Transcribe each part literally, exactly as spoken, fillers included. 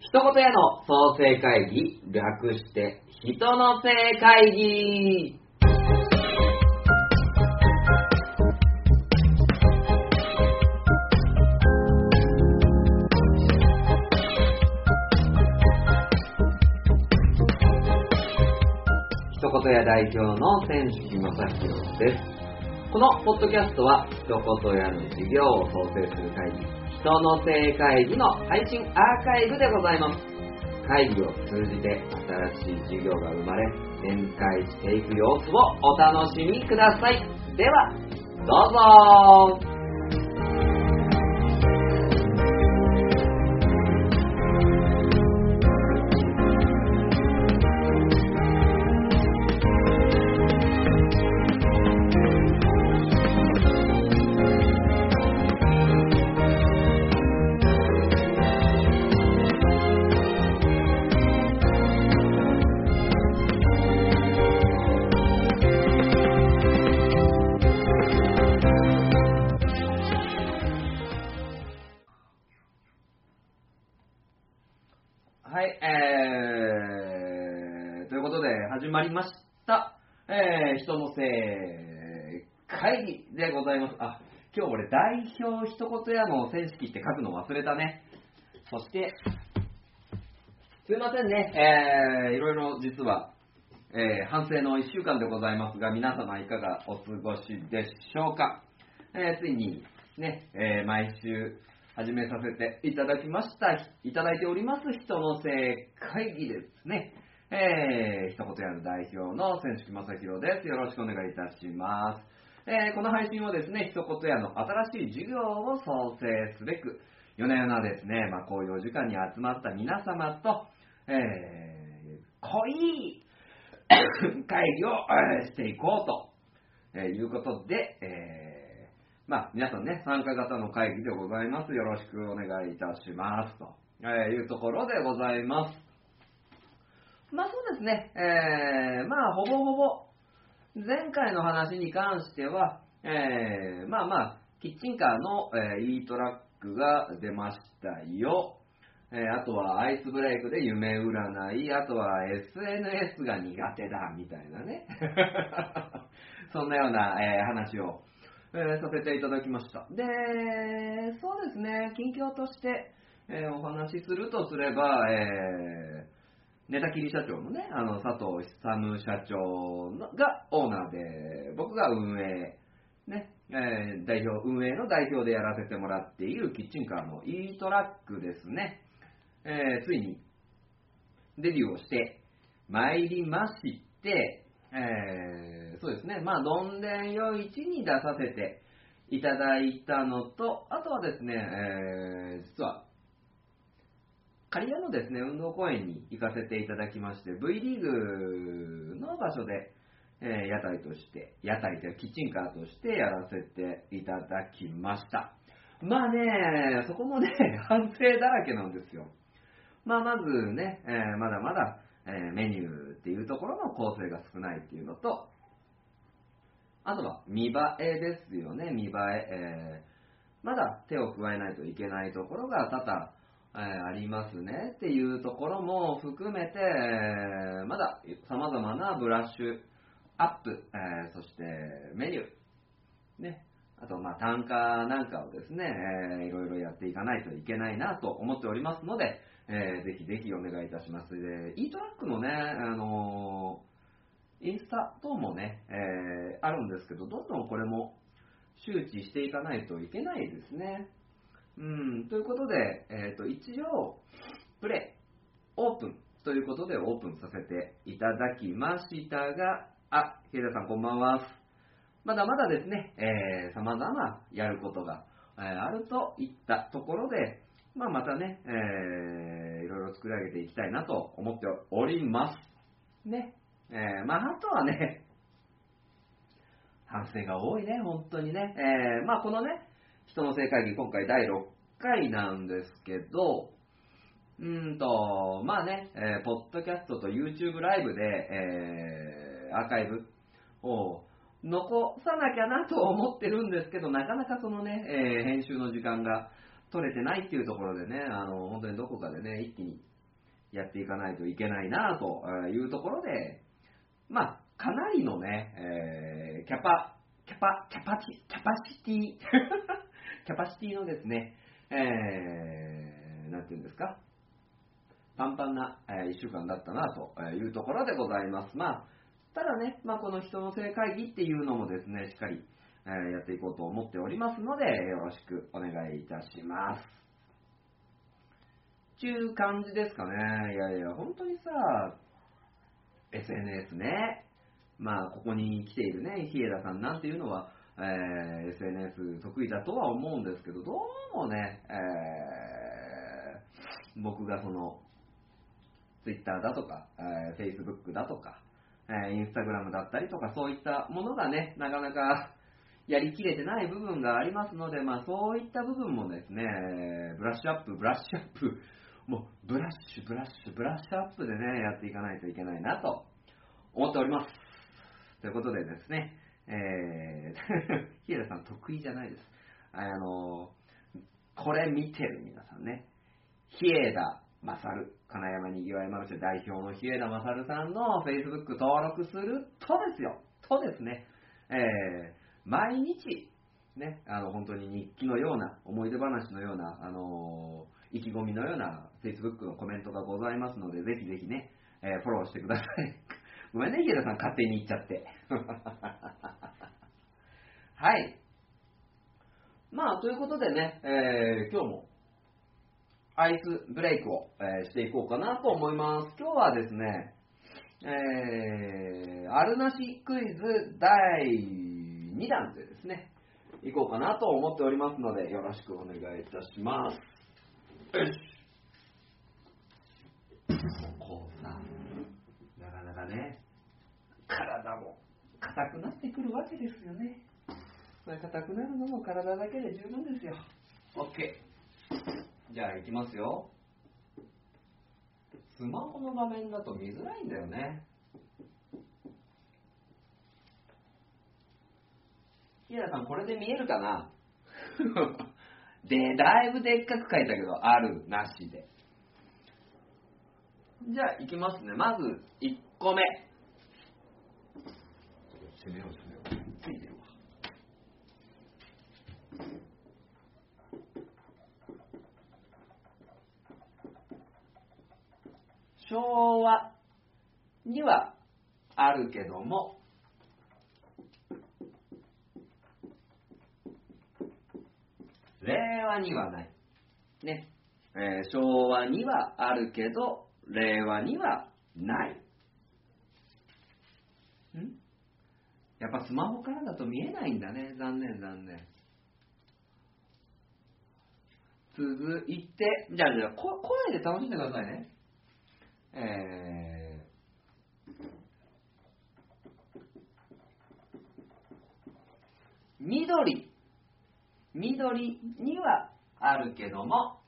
一言屋の創生会議、略して人の生会議。一言屋代表の千式正弘です。このポッドキャストは一言屋の事業を創生する会議、人の生会議の配信アーカイブでございます。会議を通じて新しい事業が生まれ展開していく様子をお楽しみください。ではどうぞ。はい、えー、ということで始まりました、えー、人の生会議でございます。あ、今日俺代表一言屋の選式って書くの忘れたね。そしてすいませんね、えー、いろいろ実は、えー、反省のいっしゅうかんでございますが、皆様いかがお過ごしでしょうか。えー、ついにね、えー、毎週始めさせていただきました、いただいております人の生会議ですね。えー、一言屋の代表の千式正弘です。よろしくお願いいたします。えー、この配信はですね、一言屋の新しい事業を創生すべく、夜な夜なですね、まあ、こういうお時間に集まった皆様と、えー、濃い会議をしていこうということで、えーまあ、皆さんね、参加型の会議でございます。よろしくお願いいたします。というところでございます。まあそうですね、えー、まあほぼほぼ、前回の話に関しては、えー、まあまあ、キッチンカーの、えー、e トラックが出ましたよ。えー、あとはアイスブレイクで夢占い、あとは エスエヌエス が苦手だ、みたいなね。そんなような、えー、話を。えー、させていただきました。で、そうですね、近況として、えー、お話しするとすれば、えー、寝たきり社長のね、あの佐藤勇社長のがオーナーで、僕が運営、ね、えー、代表、運営の代表でやらせてもらっているキッチンカーの e トラックですね、えー、ついにデビューをしてまいりまして、えー、そうですね、まあ、どんでんよいちに出させていただいたのと、あとはですね、えー、実は、刈谷のですね、運動公園に行かせていただきまして、V リーグの場所で、えー、屋台として、屋台というキッチンカーとしてやらせていただきました。まあね、そこもね、反省だらけなんですよ。まあ、まずね、えー、まだまだ、えー、メニューっていうところの構成が少ないっていうのと、あとは見栄えですよね、見栄え。えー、まだ手を加えないといけないところが多々、えー、ありますねっていうところも含めて、えー、まだ様々なブラッシュアップ、えー、そしてメニュー、ね、あとまあ単価なんかをですね、えー、いろいろやっていかないといけないなと思っておりますので、えー、ぜひぜひお願いいたします。で、e トラックのね、あのー、インスタ等もね、えー、あるんですけど、どんどんこれも周知していかないといけないですね。うん、ということで、えーと、一応、プレイ、オープンということでオープンさせていただきましたが、あ、ケイダさんこんばんは。まだまだですね、えー、様々やることが、えー、あるといったところで、まあ、またね、えー、いろいろ作り上げていきたいなと思っております。ね。えー、まあ、あとはね、反省が多いね、本当にね。えー、まあ、このね、人の生会議、今回だいろっかいなんですけど、うーんと、まあね、えー、ポッドキャストと YouTube ライブで、えー、アーカイブを残さなきゃなと思ってるんですけど、なかなかそのね、えー、編集の時間が取れてないっていうところでね、あの、本当にどこかでね、一気にやっていかないといけないなというところで、まあ、かなりのね、えー、キャパ、キャパ、キャパチ、キャパシティ、キャパシティのですね、えー、なんていうんですか、パンパンな、えー、いっしゅうかんだったなというところでございます。まあ、ただね、まあ、この人の性会議っていうのもですね、しっかり、えー、やっていこうと思っておりますので、よろしくお願いいたします。ちゅう感じですかね。いやいや、本当にさ、エスエヌエス ね。まあ、ここに来ているね、日枝さんなんていうのは、えー、エスエヌエス 得意だとは思うんですけど、どうもね、えー、僕がその、Twitter だとか、えー、Facebook だとか、えー、Instagram だったりとか、そういったものがね、なかなかやりきれてない部分がありますので、まあ、そういった部分もですね、ブラッシュアップ、ブラッシュアップ、もうブラッシュ、ブラッシュ、ブラッシュアップでね、やっていかないといけないなと思っております。ということでですね、えー、日枝さん得意じゃないです。あの、これ見てる皆さんね、日枝勝、金山にぎわいマルシェ代表の日枝勝さんの Facebook 登録するとですよ、とですね、えー、毎日、ね、あの本当に日記のような、思い出話のような、あのー、意気込みのような Facebook のコメントがございますので、ぜひぜひね、えー、フォローしてください。ごめんね、日枝さん、勝手に言っちゃって。はい。まあ、ということでね、えー、今日もアイスブレイクを、えー、していこうかなと思います。今日はですね、えー、あるなしクイズだいにだんでですね、いこうかなと思っておりますので、よろしくお願いいたします。よし。こうさ、なかなかね、体も硬くなってくるわけですよね。これ硬くなるのも体だけで十分ですよ。OK。じゃあ行きますよ。スマホの画面だと見づらいんだよね。日枝さん、これで見えるかなで、だいぶでっかく書いたけど、ある、なしで。じゃあ行きますね。まずいっこめ。攻めよう攻めよう。ついてるわ。昭和にはあるけども、令和にはない。ね。えー、昭和にはあるけど、令和にはない。んやっぱスマホからだと見えないんだね。残念残念。続いて、じゃあ、じゃあこ声で楽しんでくださいね。えー、緑。緑にはあるけども、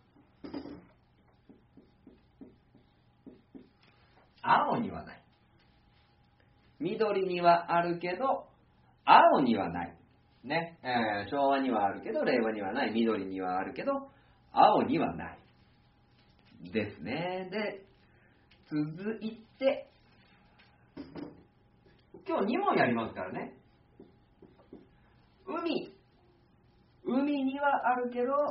青にはない。緑にはあるけど、青にはない。ね、えー、昭和にはあるけど、令和にはない。緑にはあるけど、青にはない。ですね。で、続いて、今日に問やりますからね。海。海にはあるけど、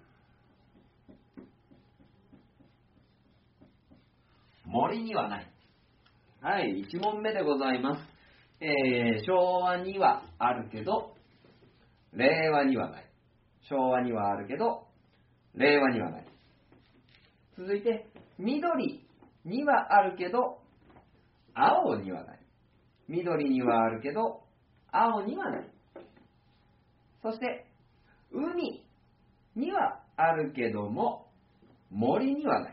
森にはない。はい、いち問目でございます。えー、昭和にはあるけど、令和にはない。昭和にはあるけど、令和にはない。続いて、緑にはあるけど、青にはない。緑にはあるけど、青にはない。そして、海にはあるけども、森にはない。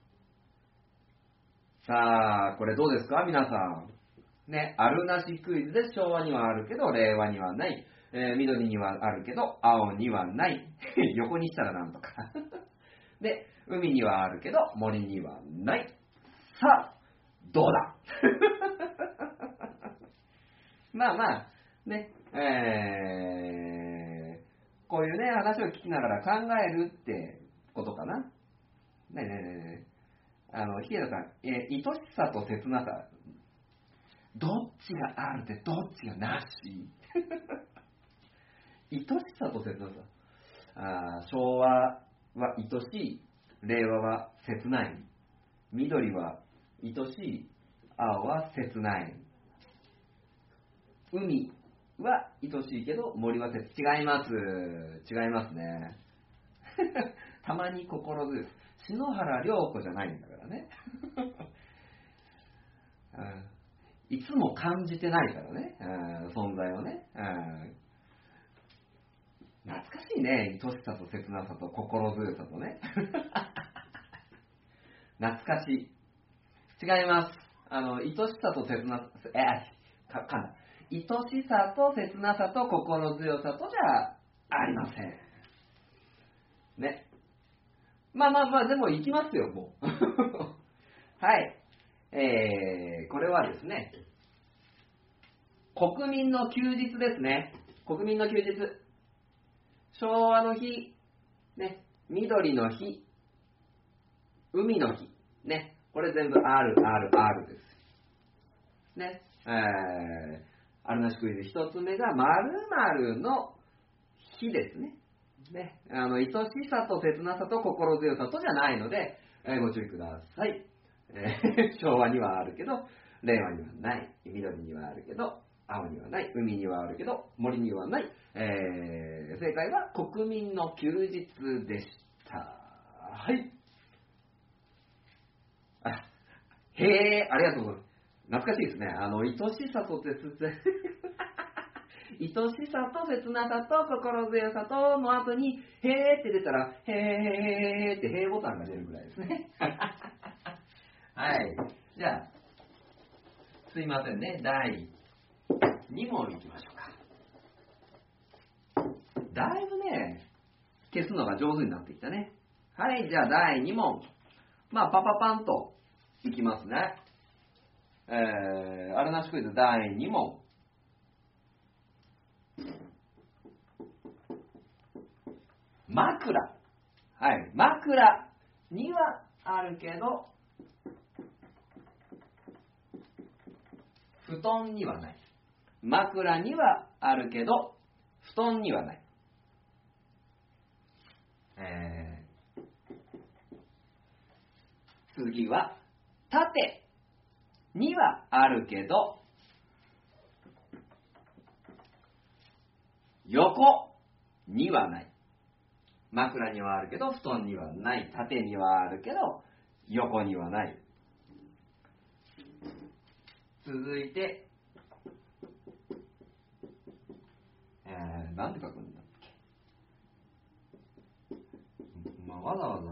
さあ、これどうですか皆さん。ね、あるなしクイズで昭和にはあるけど、令和にはない。えー、緑にはあるけど、青にはない。横にしたらなんとか。で、海にはあるけど、森にはない。さあ、どうだまあまあ、ね、えー、こういうね、話を聞きながら考えるってことかな。ねえねえねえねえ。 あの、ヒエラさん、えー、愛しさと切なさ、どっちがあるってどっちがなし愛しさと切なさ。あ、昭和は愛しい、令和は切ない。緑は愛しい、青は切ない。海は愛しいけど森は切違います。違いますね。たまに心強い。篠原涼子じゃないんだからね。いつも感じてないからね、存在をね。懐かしいね、愛しさと切なさと心強さとね。懐かしい。違います。あの、愛しさと切なさ、え、か、かんだ。愛しさと切なさと心強さとじゃありません。ね。まあまあまあ、でも行きますよ、もう。はい。えー、これはですね、国民の休日ですね。国民の休日。昭和の日、ね、緑の日、海の日、ね、これ全部 アール、アール、アール です。ね、えー、あるなしクイズ一つ目が〇〇の日ですね。ね、あの、愛しさと切なさと心強さとじゃないので、えー、ご注意ください。えー、昭和にはあるけど、令和にはない。緑にはあるけど、青にはない。海にはあるけど、森にはない。えー、正解は国民の休日でした。はい。あ、へえ、ありがとうございます。懐かしいですね。あの、愛しさと切愛しさと切なさと心強さとの後に、へーって出たら、へーへーへーってへーボタンが出るぐらいですね。はい。じゃあ、すいませんね。だいに問いきましょうか。だいぶね、消すのが上手になってきたね。はい、じゃあだいに問。まあ、パパパンといきますね。えー、あるなしクイズだいに問。枕。はい、枕にはあるけど、布団にはない。枕にはあるけど、布団にはない。えー、次は、縦にはあるけど、横にはない。枕にはあるけど、布団にはない。縦にはあるけど、横にはない。続いて、えー、なんて書くんだっけ。まあ、わざわ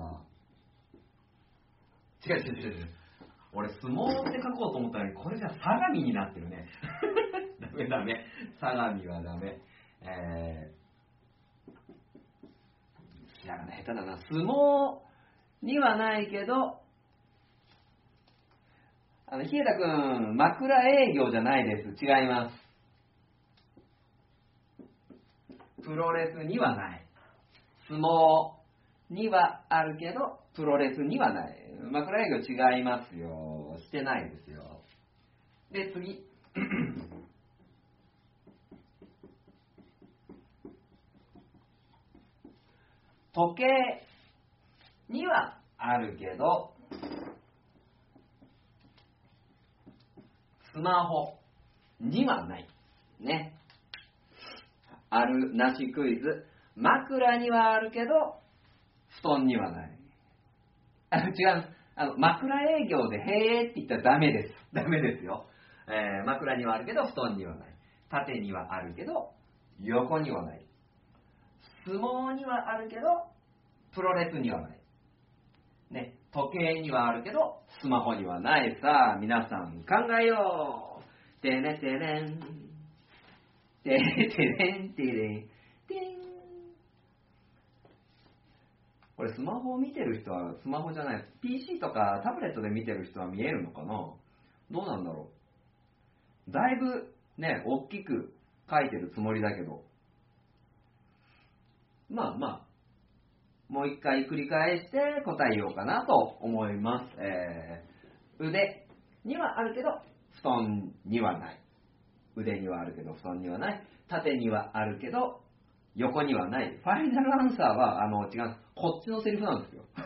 ざ、違う違う違う違う。俺、相撲って書こうと思ったのに、これじゃ相模になってるね。ダメダメ。相模はダメ。えー、ひらがな下手だな。相撲にはないけど、あの、日枝くん、枕営業じゃないです。違います。プロレスにはない。相撲にはあるけど、プロレスにはない。枕営業違いますよ。してないですよ。で、次。時計にはあるけど、スマホにはない。ね。あるなしクイズ。枕にはあるけど、布団にはない。あ、違う。あの、枕営業でへーって言ったらダメです。ダメですよ。えー、枕にはあるけど、布団にはない。縦にはあるけど、横にはない。相撲にはあるけど、プロレスにはない。ね、時計にはあるけど、スマホにはない。さあ、皆さん考えよう。てねてれん。てれてれんてれん。てん。これスマホを見てる人は、スマホじゃない、ピーシー とかタブレットで見てる人は見えるのかな。どうなんだろう。だいぶね、大きく書いてるつもりだけど。まあまあ、 もう一回繰り返して答えようかなと思います。えー、腕にはあるけど、布団にはない。腕にはあるけど、布団にはない。縦にはあるけど、横にはない。ファイナルアンサーは、あの、違う。こっちのセリフなんですよ。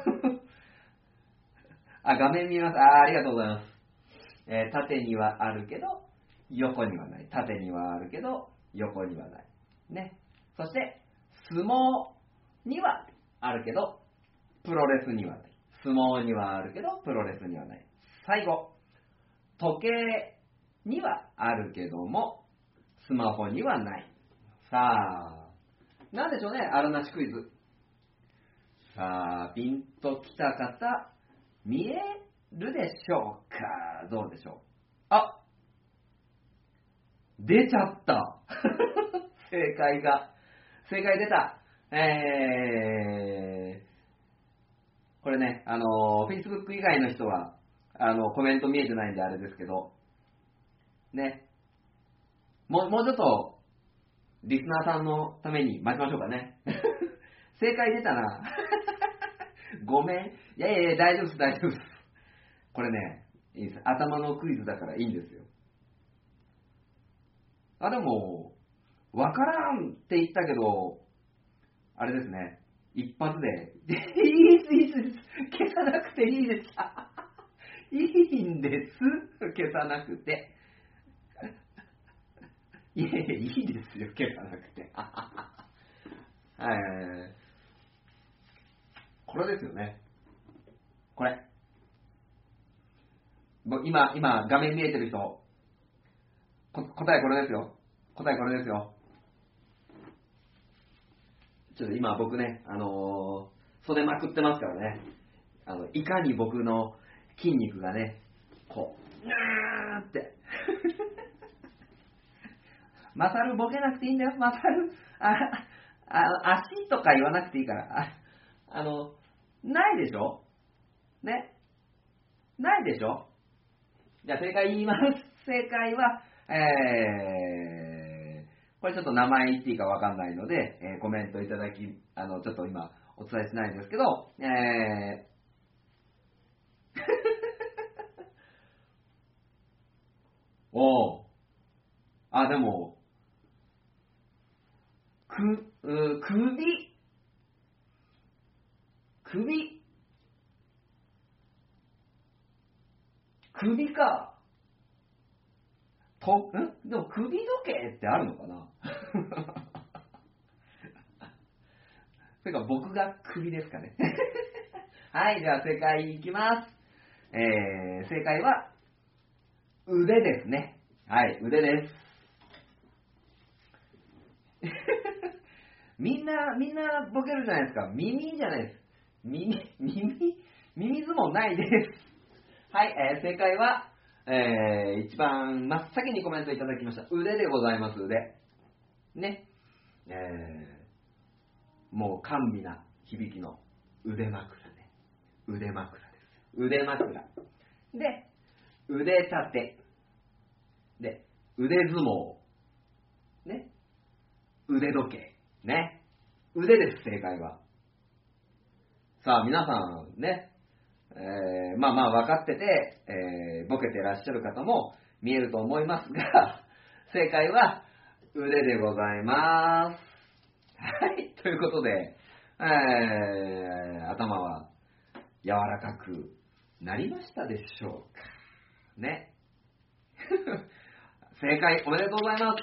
あ、画面見ます。あ、ありがとうございます。えー、縦にはあるけど、横にはない。縦にはあるけど、横にはない。ね。そして、相撲にはあるけど、プロレスにはない。相撲にはあるけど、プロレスにはない。最後、時計にはあるけども、スマホにはない。さあ、なんでしょうね、あるなしクイズ。さあ、ピンときた方、見えるでしょうか？どうでしょう？あ、出ちゃった正解が。正解出た。えー、これね、あの、Facebook 以外の人は、あの、コメント見えてないんであれですけど、ね。もう、もうちょっと、リスナーさんのために待ちましょうかね。正解出たな。ごめん。いやいやいや、大丈夫です、大丈夫です。これね、いいです。頭のクイズだからいいんですよ。あ、でも、わからんって言ったけど、あれですね。一発で、いいです、いいです。消さなくていいです。いいんです。消さなくて。いやいや、いいですよ、消さなくて。はい。これですよね。これ。今、今、画面見えてる人、こ答えこれですよ。答えこれですよ。ちょっと今僕ね、あのー、袖まくってますからね。あの、いかに僕の筋肉がね、こう、なーって。マサルボケなくていいんだよ、マサル。あ、あ足とか言わなくていいから。あ、あの、ないでしょね。ないでしょ。じゃあ正解言います。正解は、えー、これちょっと名前言っていいかわかんないので、えー、コメントいただき、あの、ちょっと今お伝えしないんですけど、えー、おー、あ、でも、く、う、首、首、首か。と、んでも首時計ってあるのかな。それか僕が首ですかね。はい、じゃあ正解いきます。えー、正解は腕ですね。はい、腕です。みんな、みんなボケるじゃないですか。耳じゃないです。耳、耳、耳相撲ないです。はい、えー、正解は、えー、一番真っ先にコメントいただきました。腕でございます、腕。ね。えー、もう甘美な響きの腕枕ね。腕枕です。腕枕。で、腕立て。で、腕相撲。ね。腕時計。ね。腕です、正解は。さあ、皆さんね、えー、まあまあ分かってて、えー、ボケてらっしゃる方も見えると思いますが、正解は腕でございます。はい、ということで、えー、頭は柔らかくなりましたでしょうか。ね。正解おめでとうございます。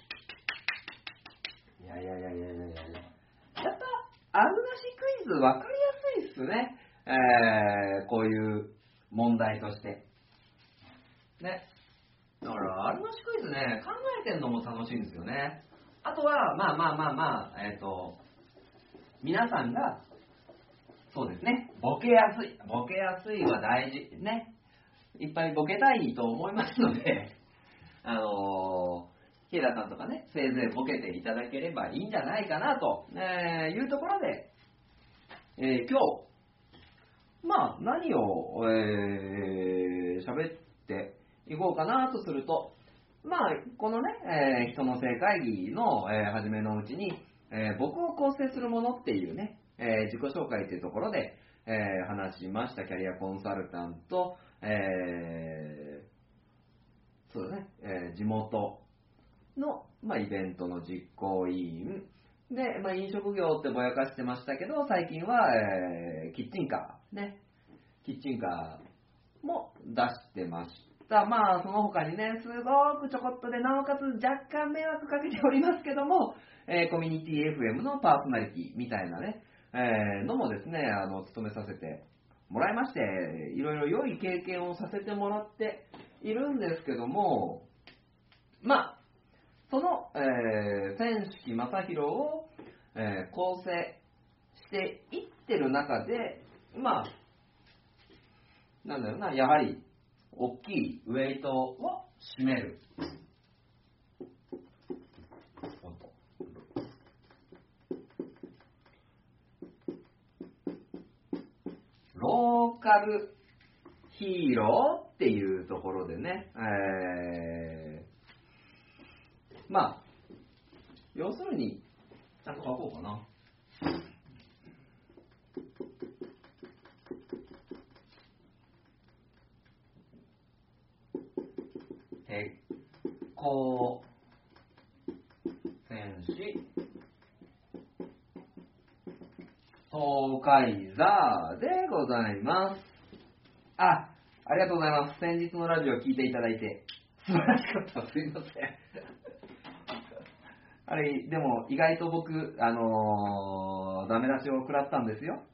いやいやいやいやいやいや。やっぱ、あるなしクイズ分かりやすいっすね。えー、こういう問題として。ね。だから、あるなしクイズね、考えてんのも楽しいんですよね。あとは、まあまあまあまあ、えっと、皆さんが、そうですね、ボケやすい。ボケやすいは大事。ね。いっぱいボケたいと思いますので、あのー、ケイダさんとかね、せいぜいボケていただければいいんじゃないかなと、えー、いうところで、えー、今日、まあ、何を、えー、喋っていこうかなとすると、まあ、このね、えー、人の性会議の、えー、初めのうちに、えー、僕を構成するものっていうね、ええー、自己紹介というところで、えー、話しましたキャリアコンサルタント、えー、そうだね、えー、地元の、まあ、イベントの実行委員で、まあ、飲食業ってぼやかしてましたけど、最近は、えー、キッチンカーね、キッチンカーも出してました。まあその他にね、すごくちょこっとで、なおかつ若干迷惑かけておりますけども、えー、コミュニティ エフエム のパーソナリティみたいなね、えー、のもですね、あの務めさせてもらいまして、いろいろ良い経験をさせてもらっているんですけども、まあその、えー、千式正宏を、えー、構成していってる中で、まあなんだろうな、やはり大きいウェイトを占めるローカルヒーローっていうところでね、えー、まあ要するにちゃんと書こうかな。鉄鋼戦士東海座でございます。あ、ありがとうございます。先日のラジオを聞いていただいて素晴らしかった。すいません。あれ、でも意外と僕、あのー、ダメ出しを食らったんですよ。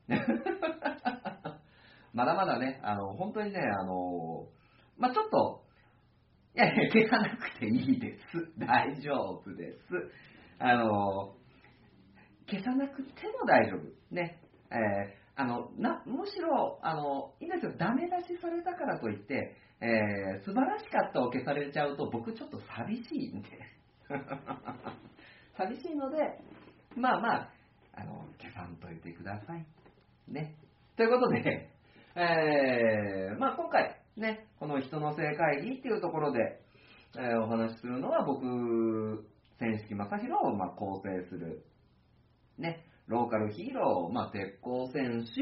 まだまだね、あの、本当にね、あのー、まあちょっと、いやいや、消さなくていいです。大丈夫です。あのー、消さなくても大丈夫。ね。えー、あの、な、むしろ、あの、いいんですよ。ダメ出しされたからといって、えー、素晴らしかったを消されちゃうと、僕ちょっと寂しいんで。寂しいので、まあまあ、あの、消さんといてください。ね。ということで、えー、まあ今回、ね、この人の性会議っていうところで、えー、お話しするのは僕、千式正宏をまあ構成する、ね、ローカルヒーロー、まあ、鉄鋼戦士、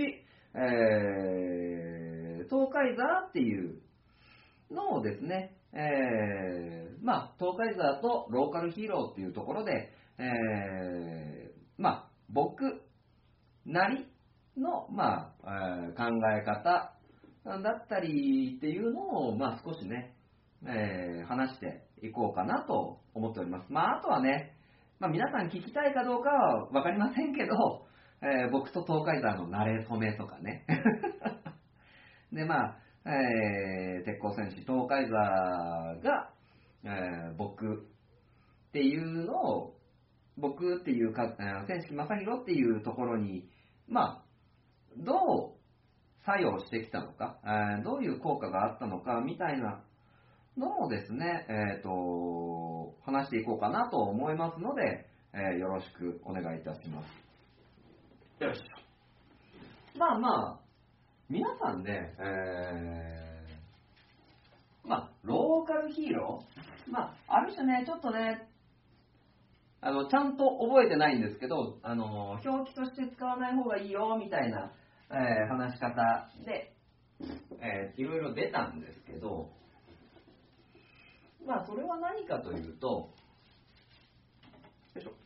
えー、東海座っていうのをですね、えー、まあ、東海座とローカルヒーローっていうところで、えー、まあ、僕なりの、まあ、えー考え方だったりっていうのを、まあ、少しね、えー話していこうかなと思っております。まあ、あとはね、まあ、皆さん聞きたいかどうかは分かりませんけど、えー僕と東海座の馴れ初めとかね。で、まあ、えー鉄鋼戦士東海座が、えー僕っていうのを、僕っていうか、えー千式正宏っていうところに、まあ、どう作用してきたのか、えーどういう効果があったのかみたいなのをですね、えーと、話していこうかなと思いますので、えーよろしくお願いいたします。よいしょ。まあまあ、皆さんね、えー、まあ、ローカルヒーロー、まあ、ある種ね、ちょっとね、あの、ちゃんと覚えてないんですけど、あの、表記として使わない方がいいよ、みたいな、えー話し方で、えーいろいろ出たんですけど、まあ、それは何かというと、よいしょ。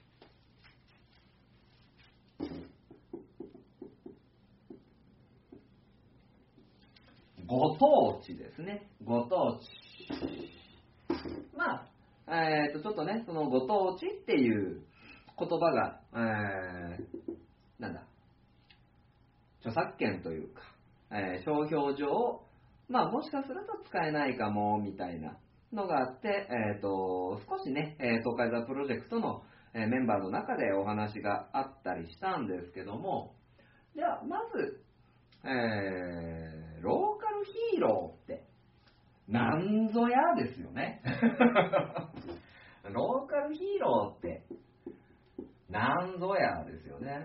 ご当地ですね。ご当地。まあ、えっと、ちょっとね、そのご当地っていう言葉が、えー、なんだ、著作権というか、えー商標上、まあ、もしかすると使えないかも、みたいなのがあって、えっと、少しね、えー東海座プロジェクトのえーメンバーの中でお話があったりしたんですけども、では、まず、えー、ローカルヒーローってなんぞやですよね。ローカルヒーローってなんぞやですよね。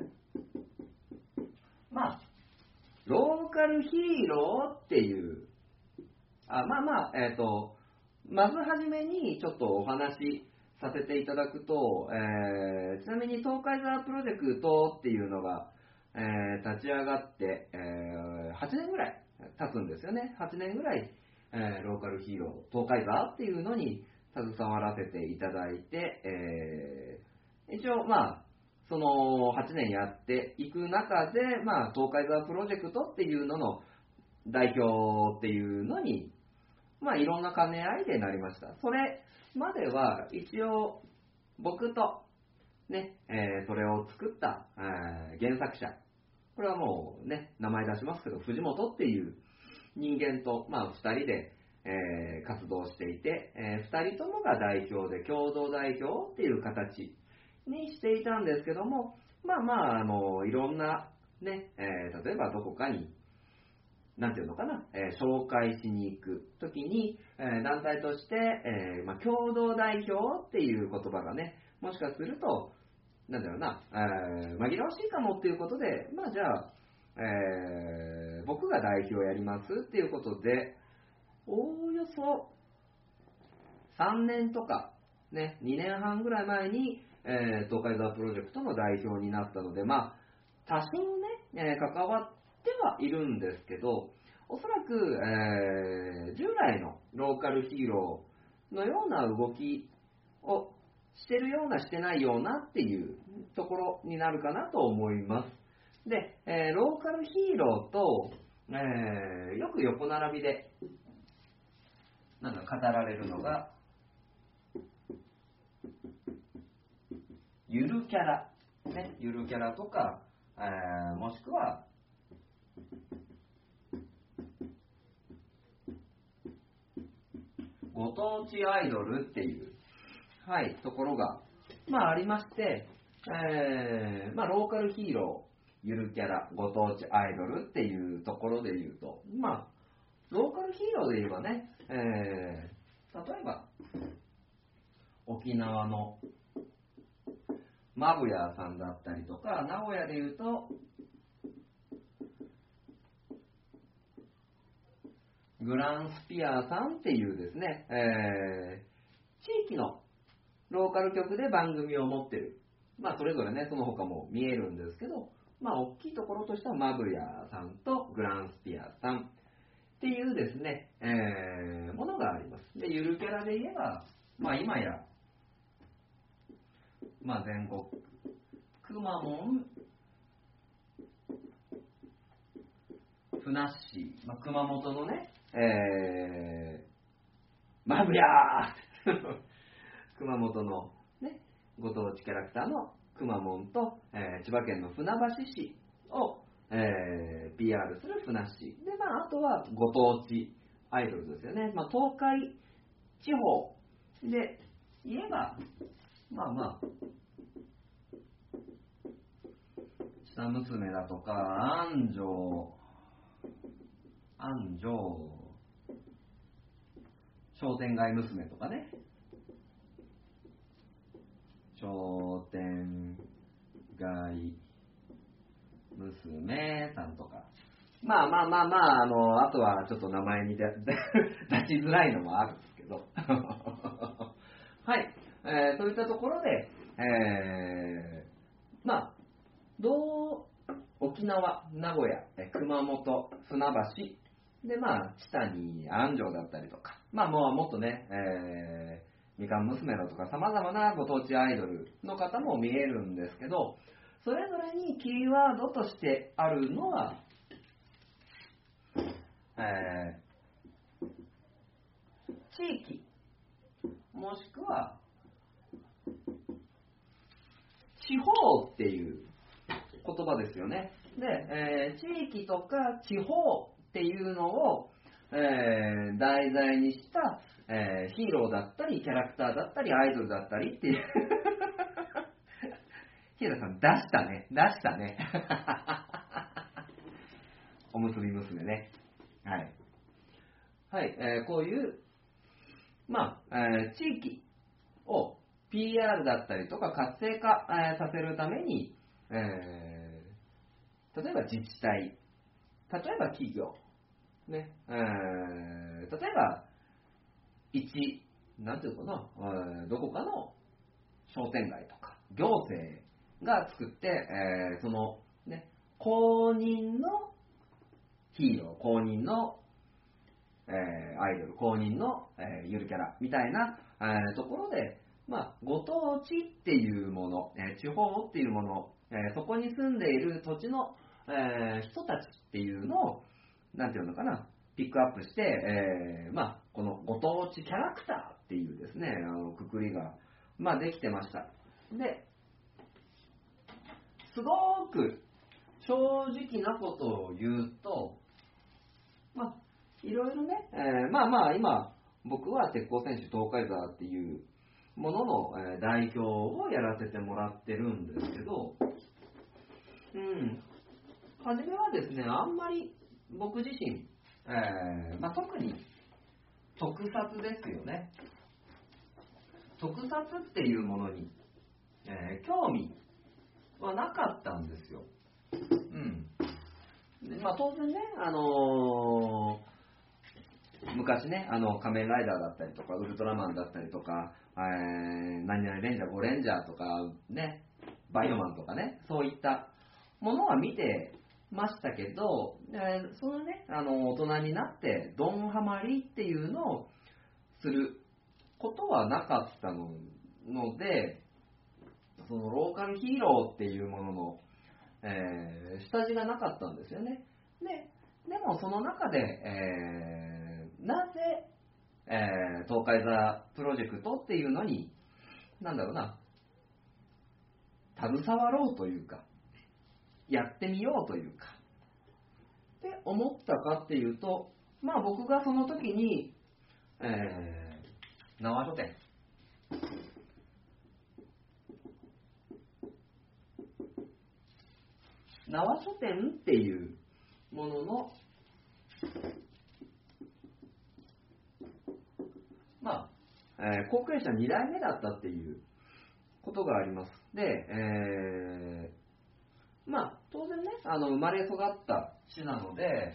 まあ、ローカルヒーローっていう、あまあまあ、えっ、と、まずはじめにちょっとお話しさせていただくと、えーちなみに東海座プロジェクトっていうのが、 えー、立ち上がって、えー、はちねんぐらい経つんですよね。はちねんぐらい、えー、ローカルヒーロー、東海座っていうのに携わらせていただいて、えー、一応、まあ、そのはちねんやっていく中で、まあ、東海座プロジェクトっていうのの代表っていうのに、まあ、いろんな兼ね合いでなりました。それまでは、一応、僕と、ね、えー、それを作った、えー、原作者、これはもうね、名前出しますけど、藤本っていう人間と、まあ、ふたりで、えー、活動していて、えー、ふたりともが代表で、共同代表っていう形にしていたんですけども、まあまあ、あの、いろんな、ね、えー、例えばどこかに、なんていうのかな、えー、紹介しに行くときに、えー、団体として、えーまあ、共同代表っていう言葉がね、もしかすると、なんだろうな、えー、紛らわしいかもっていうことで、まあじゃあ、えー、僕が代表やりますっていうことで、おおよそさんねんとか、ね、にねんはんぐらい前に、えー、東海座プロジェクトの代表になったので、まあ、多少ね、えー、関わってはいるんですけど、おそらく、えー、従来のローカルヒーローのような動きをしてるようなしてないようなっていうところになるかなと思います。で、えー、ローカルヒーローと、えー、よく横並びでなんか語られるのがゆるキャラ、ね、ゆるキャラとか、えー、もしくはご当地アイドルっていう、はい、ところが、まあ、ありまして、えーまあ、ローカルヒーロー、ゆるキャラ、ご当地アイドルっていうところで言うと、まあ、ローカルヒーローで言えばね、えー、例えば、沖縄のマブヤさんだったりとか、名古屋で言うと、グランスピアさんっていうですね、えー、地域のローカル局で番組を持ってる。まあ、それぞれね、その他も見えるんですけど、まあ、大きいところとしては、マブヤさんとグランスピアさんっていうですね、えー、ものがあります。で、ゆるキャラで言えば、まあ、今や、まあ、全国、くまモン、ふなっしー、まあ、熊本のね、えー、マブヤー熊本の、ね、ご当地キャラクターのくまモンと、えー、千葉県の船橋市を、えー、ピーアール するふなっしーで、まあ、あとはご当地アイドルですよね、まあ、東海地方で言えば、まあまあ、下娘だとか、安城、安城、商店街娘とかね、商店街娘さんとか、まあまあまあまあ、あの、あとはちょっと名前に出出しづらいのもあるんですけど。はい、えー、そういったところで、えー、まあ、どう、沖縄、名古屋、熊本、船橋、で、まあ、北に安城だったりとか、まあ、もうもっとね、えー、みかん娘だとか、様々なご当地アイドルの方も見えるんですけど、それぞれにキーワードとしてあるのは、えー、地域、もしくは、地方っていう言葉ですよね。で、えー、地域とか地方っていうのを、えー、題材にした、えー、ヒーローだったり、キャラクターだったり、アイドルだったりっていう。ヒーローさん、出したね。出したね。おむすび娘ね。はい。はい、えー、こういう、まあ、えー、地域を ピーアール だったりとか活性化、えー、させるために、えー、例えば自治体、例えば企業、ね、えー、例えば一、なんていうのかな、えー、どこかの商店街とか行政が作って、えー、その、ね、 公認のヒーロー、公認の、えー、アイドル、公認の、えー、ゆるキャラみたいな、えー、ところで、まあ、ご当地っていうもの、えー、地方っていうもの、えー、そこに住んでいる土地の、えー、人たちっていうのを、なんていうのかな、ピックアップして、えー、まあ、このご当地キャラクターっていうですね、あのくくりが、まあ、できてました。で、すごく正直なことを言うと、まあ、いろいろね、えー、まあまあ今、僕は鉄鋼選手東海沢っていうものの、えー、代表をやらせてもらってるんですけど、うん、初めはですね、あんまり僕自身、えーまあ、特に特撮ですよね。特撮っていうものに、えー、興味はなかったんですよ。うん。でまあ、当然ね、あのー、昔ね、あの仮面ライダーだったりとか、ウルトラマンだったりとか、えー、何々レンジャー、ゴレンジャーとか、ね、バイオマンとかね、そういったものは見てましたけど、えー、そのね、あの大人になってドンハマりっていうのをすることはなかったので、そのローカルヒーローっていうものの、えー、下地がなかったんですよね。で、でもその中で、えー、なぜ、えー、東海座プロジェクトっていうのに、なんだろうな、携わろうというか、やってみようというか、って思ったかっていうと、まあ僕がその時に、えー、縄書店、縄書店っていうものの、まあ、えー、後継者に代目だったっていうことがあります。で、えー、まあ、当然ね、あの生まれ育った市なので、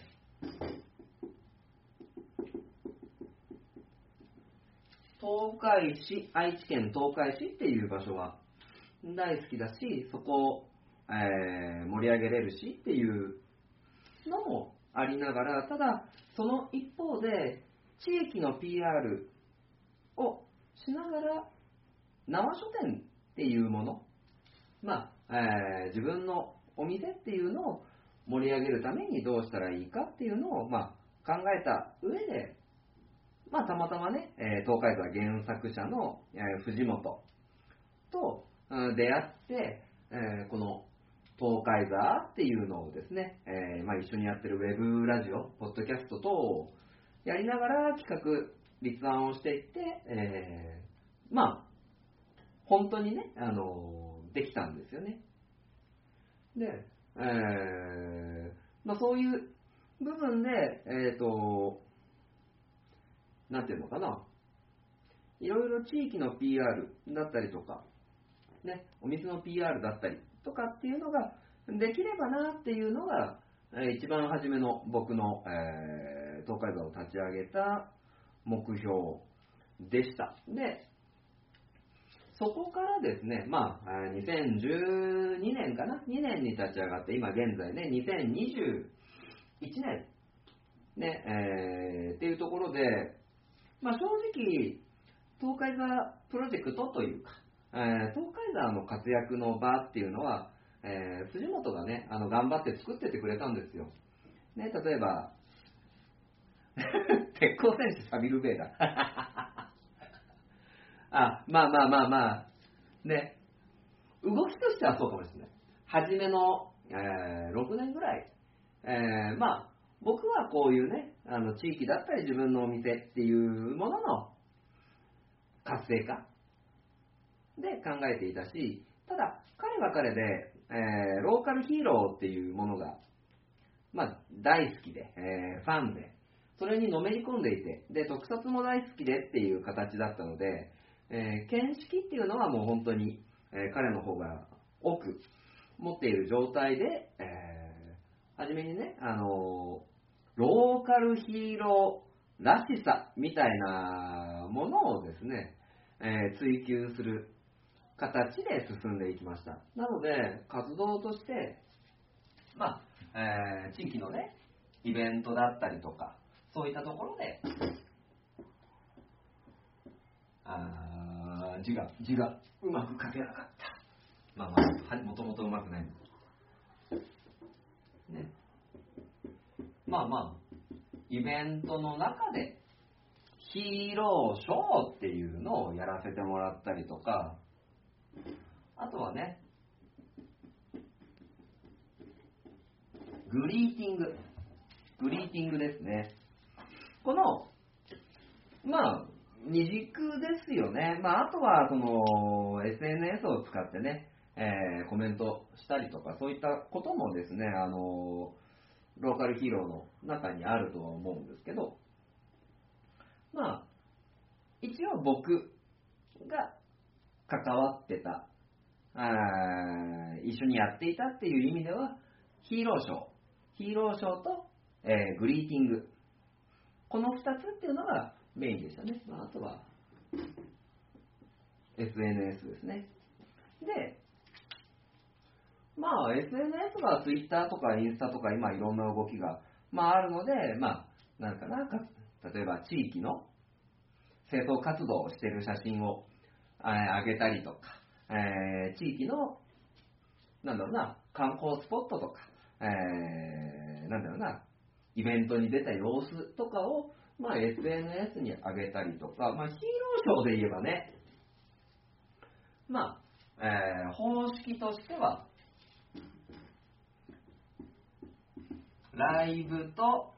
東海市、愛知県東海市っていう場所は大好きだし、そこを、えー、盛り上げれるしっていうのもありながら、ただ、その一方で、地域の ピーアール をしながら、縄書店っていうもの、まあえー、自分のお店っていうのを盛り上げるためにどうしたらいいかっていうのを、まあ、考えた上で、まあ、たまたまね、えー、東海道原作者の、えー、藤本と、うん、出会って、えー、この東海座っていうのをですね、えーまあ、一緒にやってるウェブラジオ、ポッドキャスト等をやりながら企画、立案をしていって、えー、まあ、本当にね、あのー、できたんですよね。で、えーまあ、そういう部分で、えっと、なんていうのかな、いろいろ地域の ピーアール だったりとか、ね、お店の ピーアール だったりとかっていうのができればなっていうのが、えー一番初めの僕の、えー東海道を立ち上げた目標でした。で、そこからですね、まあ、にせんじゅうにねんかな、にねんに立ち上がって、今現在ね、にせんにじゅういちねん、ね、えーっていうところで、まあ、正直、東海座プロジェクトというか、えー東海座の活躍の場っていうのは、えー藤本がね、あの頑張って作っててくれたんですよ。ね、例えば、鉄鋼戦士サビルベーダ。あ、まあまあまあまあ、ね、動きとしてはそうかもしれない。初めの、えーろくねんぐらい、えーまあ、僕はこういうね、あの地域だったり自分のお店っていうものの活性化で考えていたし、ただ、彼は彼で、えーローカルヒーローっていうものが、まあ、大好きで、えーファンで、それにのめり込んでいて、で、特撮も大好きでっていう形だったので、えー見識っていうのはもう本当に、えー彼の方が多く持っている状態で、えー初めにね、あのーローカルヒーローらしさみたいなものをですね、えー追求する形で進んでいきました。なので、活動として、 まあ、えー、地域のね、イベントだったりとか、そういったところで、あー、字が、字がうまく書けなかった。まあまあ、もともとうまくないんです。ね。まあまあ、イベントの中で、ヒーローショーっていうのをやらせてもらったりとか、あとはね、グリーティング。グリーティングですね。この、まあ、二軸ですよね。まあ、あとは、その、エスエヌエス を使ってね、えー、コメントしたりとか、そういったこともですね、あの、ローカルヒーローの中にあるとは思うんですけど、まあ、一応僕が関わってた、あ一緒にやっていたっていう意味では、ヒーローショー、ヒーローショーと、えー、グリーティング、このふたつっていうのがメインでしたね。まあ、あとは エスエヌエス ですね。で、まあ エスエヌエス は Twitter とかインスタとか今いろんな動きが、まあ、あるので、まあ、なんかな、例えば地域の清掃活動をしている写真をあげたりとか、えー、地域のなんだろうな、観光スポットとか、えー、なんだろうな、イベントに出た様子とかを、まあ、エスエヌエス に上げたりとか、まあ、ヒーローショーで言えばね、まあ、えー、方式としては、ライブと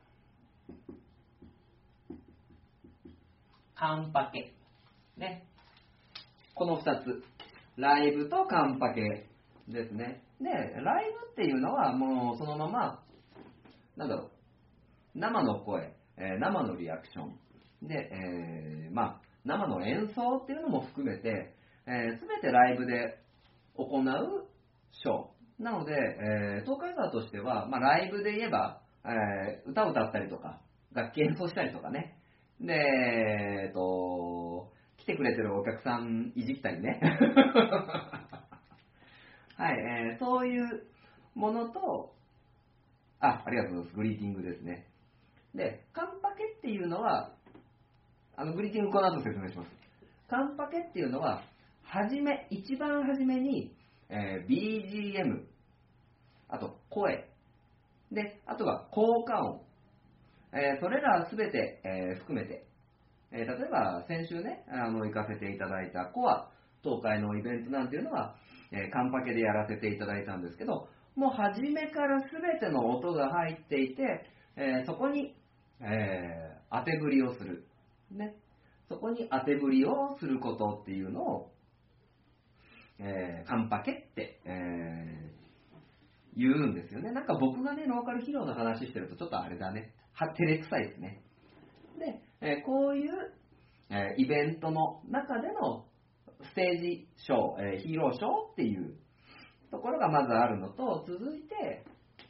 カンパケ、ね、このふたつ、ライブとカンパケですね。で、ライブっていうのはもうそのまま、なんだろう、生の声、えー、生のリアクションで、えー、まあ、生の演奏っていうのも含めて、す、えー、べてライブで行うショー。なので、えー、東海沢としては、まあ、ライブで言えば、えー、歌を歌ったりとか、楽器演奏したりとかね。で、えーと、来てくれてるお客さんいじったりね。はい、えー、そういうものと、あ、ありがとうございます。グリーティングですね。で、カンパケっていうのは、あのグリーティングこの後説明します。カンパケっていうのは、はじめ、一番初めに、えー、ビージーエム、あと声、で、あとは効果音、えー、それらすべて、えー、含めて、えー、例えば先週ね、あの行かせていただいたコア東海のイベントなんていうのは、えー、カンパケでやらせていただいたんですけど、もう初めからすべての音が入っていて、えー、そこに、えー、当て振りをする、ね、そこに当て振りをすることっていうのを、えー、カンパケって、えー、言うんですよね。なんか僕がね、ローカルヒーローの話してるとちょっとあれだね、は照れくさいですね。で、えー、こういう、えー、イベントの中でのステージショー、えー、ヒーローショーっていうところがまずあるのと、続いて、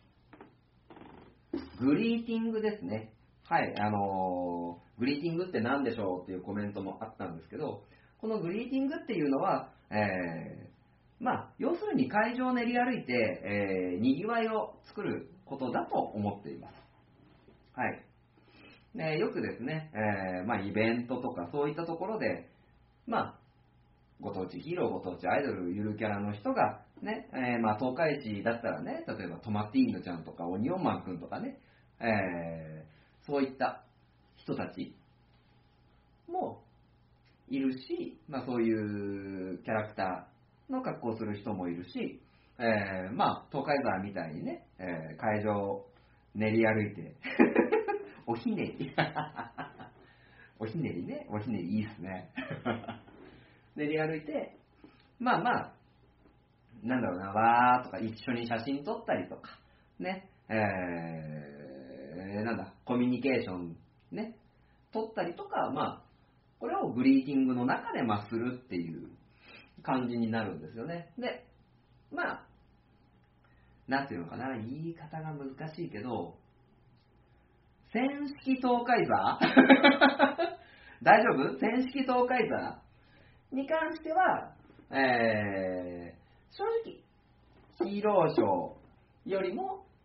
グリーティングですね。はい、あのー、グリーティングって何でしょうっていうコメントもあったんですけど、このグリーティングっていうのは、えー、まあ、要するに会場を練り歩いて、えー、にぎわいを作ることだと思っています。はい。でよくですね、えーまあ、イベントとかそういったところで、まあ、ご当地ヒーロー、ご当地アイドル、ゆるキャラの人が、ね、えーまあ、東海市だったらね、例えばトマティーヌちゃんとかオニオンマンくんとかね、えー、そういった人たちもいるし、まあ、そういうキャラクターの格好をする人もいるし、えー、まあ、東海沢みたいにね、えー、会場を練り歩いて、おひねり、おひねりね、おひねりいいっすね。練り歩いて、まあまあ、なんだろうな、わーとか一緒に写真撮ったりとか、ね、えー、なんだ、コミュニケーションね、撮ったりとか、まあ、これをグリーティングの中でまあするっていう感じになるんですよね。で、まあ、なんていうのかな、言い方が難しいけど、戦式東海座大丈夫？戦式東海座に関しては、えー、正直、ヒーローショーよりも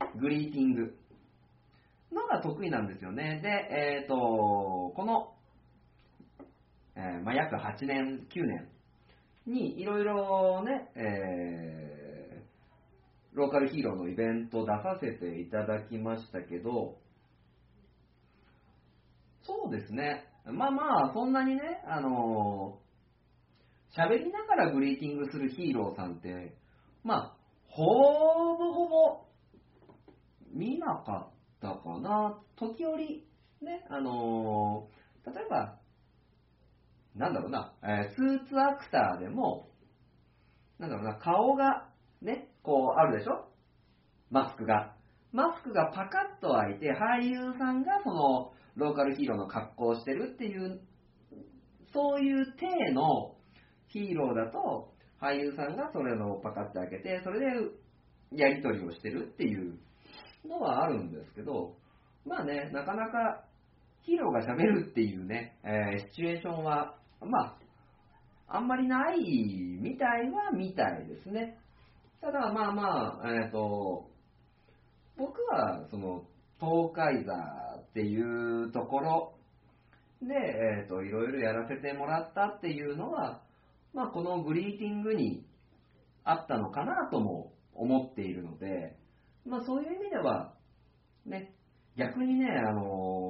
グリーティングのが得意なんですよね。で、えっと、この、えーまあ、約はちねん、きゅうねんにいろいろね、えー、ローカルヒーローのイベント出させていただきましたけど、そうですね。まあまあ、そんなにね、あのー、喋りながらグリーティングするヒーローさんって、まあ、ほぼほぼ見なかったかな。時折、ね、あのー、例えば、なんだろうな、えースーツアクターでも、なんだろうな、顔がね、こうあるでしょ、マスクが。マスクがパカッと開いて、俳優さんがそのローカルヒーローの格好をしてるっていう、そういう体のヒーローだと、俳優さんがそれをパカッと開けて、それでやり取りをしてるっていうのはあるんですけど、まあね、なかなかヒーローが喋るっていうね、えーシチュエーションは、まあ、あんまりないみたいはみたいですね。ただまあまあ、えっと、僕はその東海座っていうところで、えっと、いろいろやらせてもらったっていうのは、まあこのグリーティングにあったのかなとも思っているので、まあそういう意味では、ね、逆にね、あの、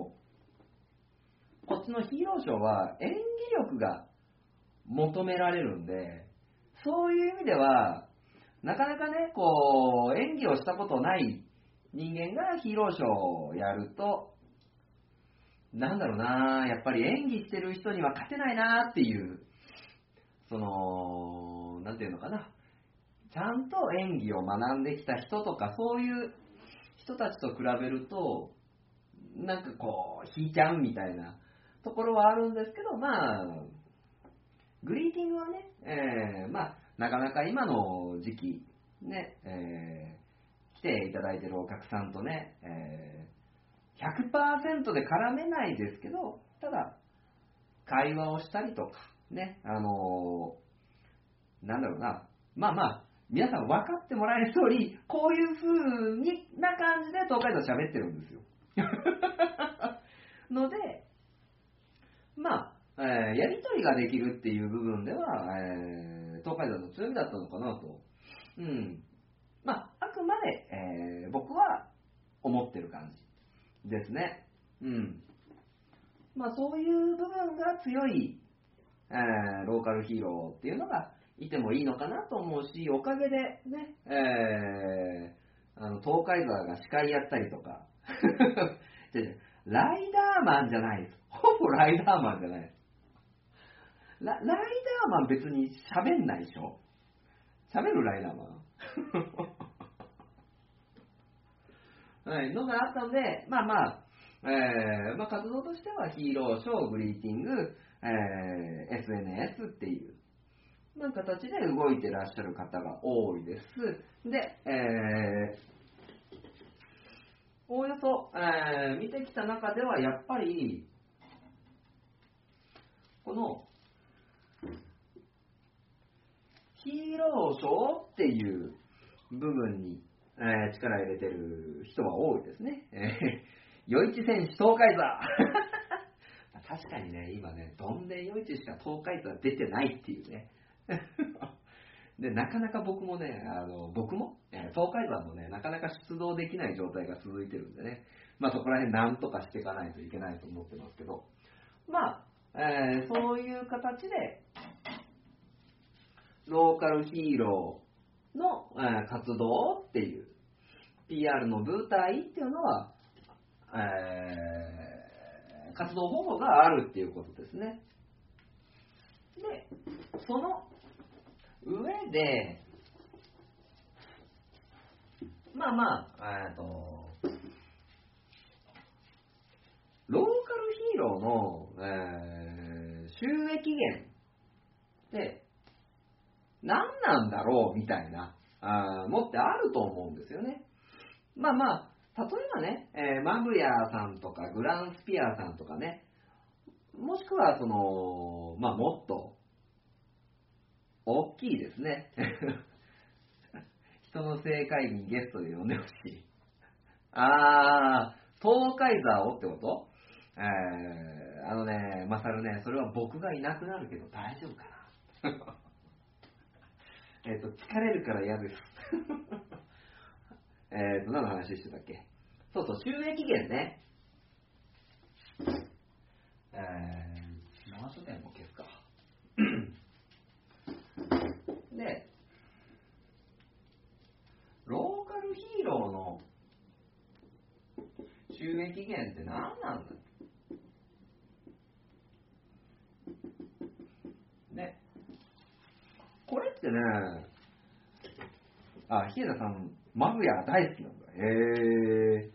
こっちのヒーローショーは演技力が求められるんで、そういう意味では、なかなかね、こう、演技をしたことない人間がヒーローショーをやると、なんだろうな、やっぱり演技してる人には勝てないなっていう、その、なんていうのかな、ちゃんと演技を学んできた人とか、そういう人たちと比べると、なんかこう、引いちゃうみたいなところはあるんですけど、まあ、グリーティングはね、えー、まあ、なかなか今の時期、ね、えー、来ていただいているお客さんとね、えー、ひゃくパーセント で絡めないですけど、ただ、会話をしたりとか、ね、あのー、なんだろうな、まあまあ、皆さん分かってもらえる通り、こういう風にな感じで東海道喋ってるんですよ。ので、まあ、えーやりとりができるっていう部分では、えー東海道の強みだったのかなと。うん。まあ、あくまで、えー僕は思ってる感じですね。うん。まあ、そういう部分が強い、えーローカルヒーローっていうのがいてもいいのかなと思うし、おかげでね、えーあの東海沢が司会やったりとか、違う違うライダーマンじゃないです。ほぼライダーマンじゃないです。ラライダーマン別に喋んないでしょ、喋るライダーマン。はい、のがあったので、まあまあ、えーまあ、活動としてはヒーローショー、グリーティング、えー エスエヌエス っていう、まあ、形で動いてらっしゃる方が多いです。で、えーおおよそ、えー見てきた中では、やっぱり、この、ヒーローショーっていう部分に、えー力入れてる人は多いですね。えー、余市選手、東海座。確かにね、今ね、どんで余市しか東海座出てないっていうね。で、なかなか僕もね、あの僕も、えー東海山もね、なかなか出動できない状態が続いてるんでね、まあそこら辺なんとかしていかないといけないと思ってますけど、まあ、えーそういう形で、ローカルヒーローの、えー活動っていう、ピーアール の舞台っていうのは、えー活動方法があるっていうことですね。で、その上で、まあまあ、えっと、ローカルヒーローの、えー収益源って何なんだろうみたいなあもってあると思うんですよね。まあまあ、例えばね、えーマブヤさんとかグランスピアさんとかね、もしくはその、まあもっと大きいですね。人の正会議にゲストで呼んでほしい。 あー、東海座をってこと？えー、あのね、マサルね、それは僕がいなくなるけど大丈夫かな。えっと、疲れるから嫌です。えっと、何の話してたっけ？そうそう、収益源ね。えー、長書店も消すか。で、ローカルヒーローの収益源って何なんだね。これってね、あ、日枝さん、マグヤが大好きなんだ。へえ。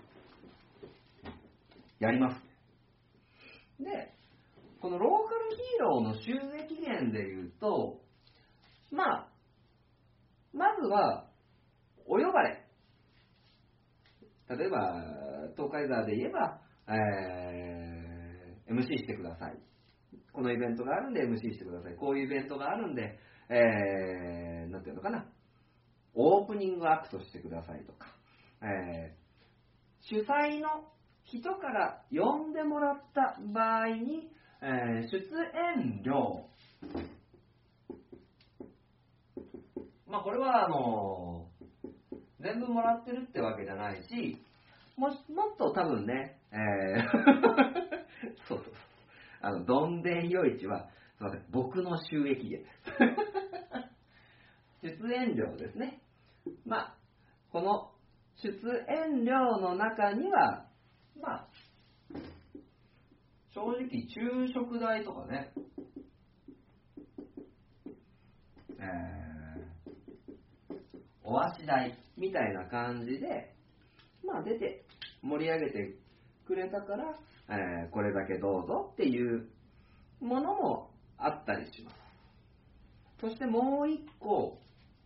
やります。で、このローカルヒーローの収益源で言うと、まあ、まずは、お呼ばれ。例えば、東海座で言えば、えー、エムシー してください。このイベントがあるんで エムシー してください。こういうイベントがあるんで、えー、なんていうのかな。オープニングアクトしてくださいとか、えー、主催の人から呼んでもらった場合に、えー、出演料。まあこれはあのー、全部もらってるってわけじゃないし、ももっと多分ね、えー、そうそうそう。あの、どんでん夜市は、すみません、僕の収益源です。出演料ですね。まあ、この出演料の中には、まあ、正直、昼食代とかね、えー、お足代みたいな感じで、まあ、出て盛り上げてくれたから、えー、これだけどうぞっていうものもあったりします。そしてもう一個、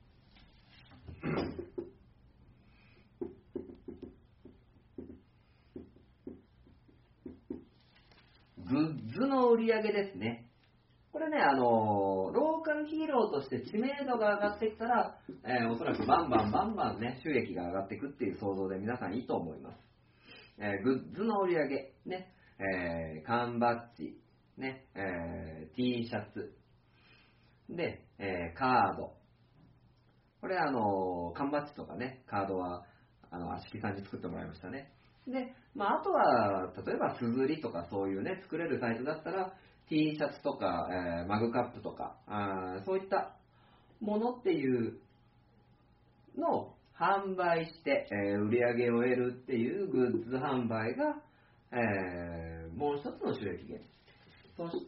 グッズの売り上げですね。これね、あのー、ローカルヒーローとして知名度が上がってきたら、えー、おそらくバンバンバンバンね、収益が上がっていくっていう想像で皆さんいいと思います。えー、グッズの売り上げ、ね、えー、缶バッジ、ね、えー、T シャツ、で、えー、カード。これあのー、缶バッジとかね、カードは、あの、足木さんに作ってもらいましたね。で、まあ、あとは、例えば、すずりとかそういうね、作れるサイトだったら、T シャツとか、えー、マグカップとか、あそういったものっていうのを販売して、えー、売り上げを得るっていうグッズ販売が、えー、もう一つの収益源。そして、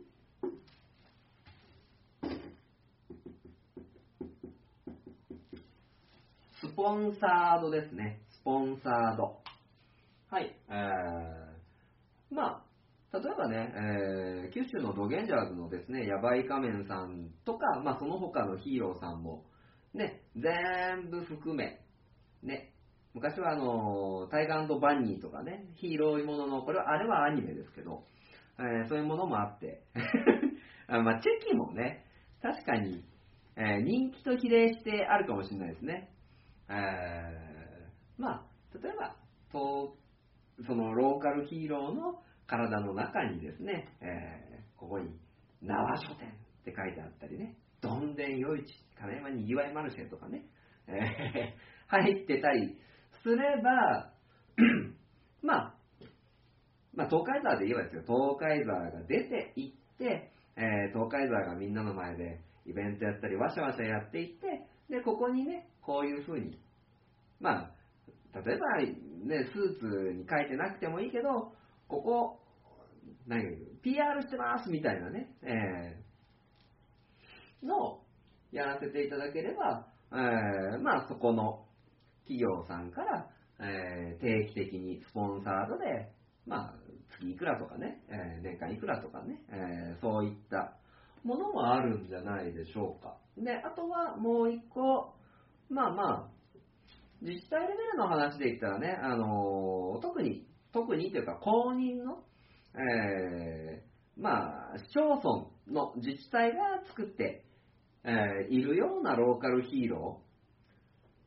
スポンサードですね。スポンサード。はい。えー、まあ、例えばね、えー、九州のドゲンジャーズのですね、ヤバイ仮面さんとか、まあ、その他のヒーローさんも、ね、全部含め、ね、昔はあの、タイガー&バニーとかね、ヒーローものの、これは、あれはアニメですけど、えー、そういうものもあって、あまあ、チェキもね、確かに、えー、人気と比例してあるかもしれないですね。えー、まあ、例えば、とそのローカルヒーローの体の中にですね、えー、ここに縄書店って書いてあったりね、どんでん夜市、金山にぎわいマルシェとかね、えー、入ってたりすれば、まあ、まあ、東海沢で言えばですよ、東海沢が出て行って、えー、東海沢がみんなの前でイベントやったり、わしゃわしゃやっていって、で、ここにね、こういうふうに、まあ、例えば、ね、スーツに書いてなくてもいいけど、ここ、何 ピーアール してますみたいなね、えー、のをやらせていただければ、えー、まあ、そこの企業さんから、えー、定期的にスポンサードで、まあ、月いくらとかね、えー、年間いくらとかね、えー、そういったものもあるんじゃないでしょうか。で、あとはもう一個、まあまあ、自治体レベルの話で言ったらね、あのー、特に、特にというか公認の、えー、まあ、市町村の自治体が作って、えー、いるようなローカルヒーローで、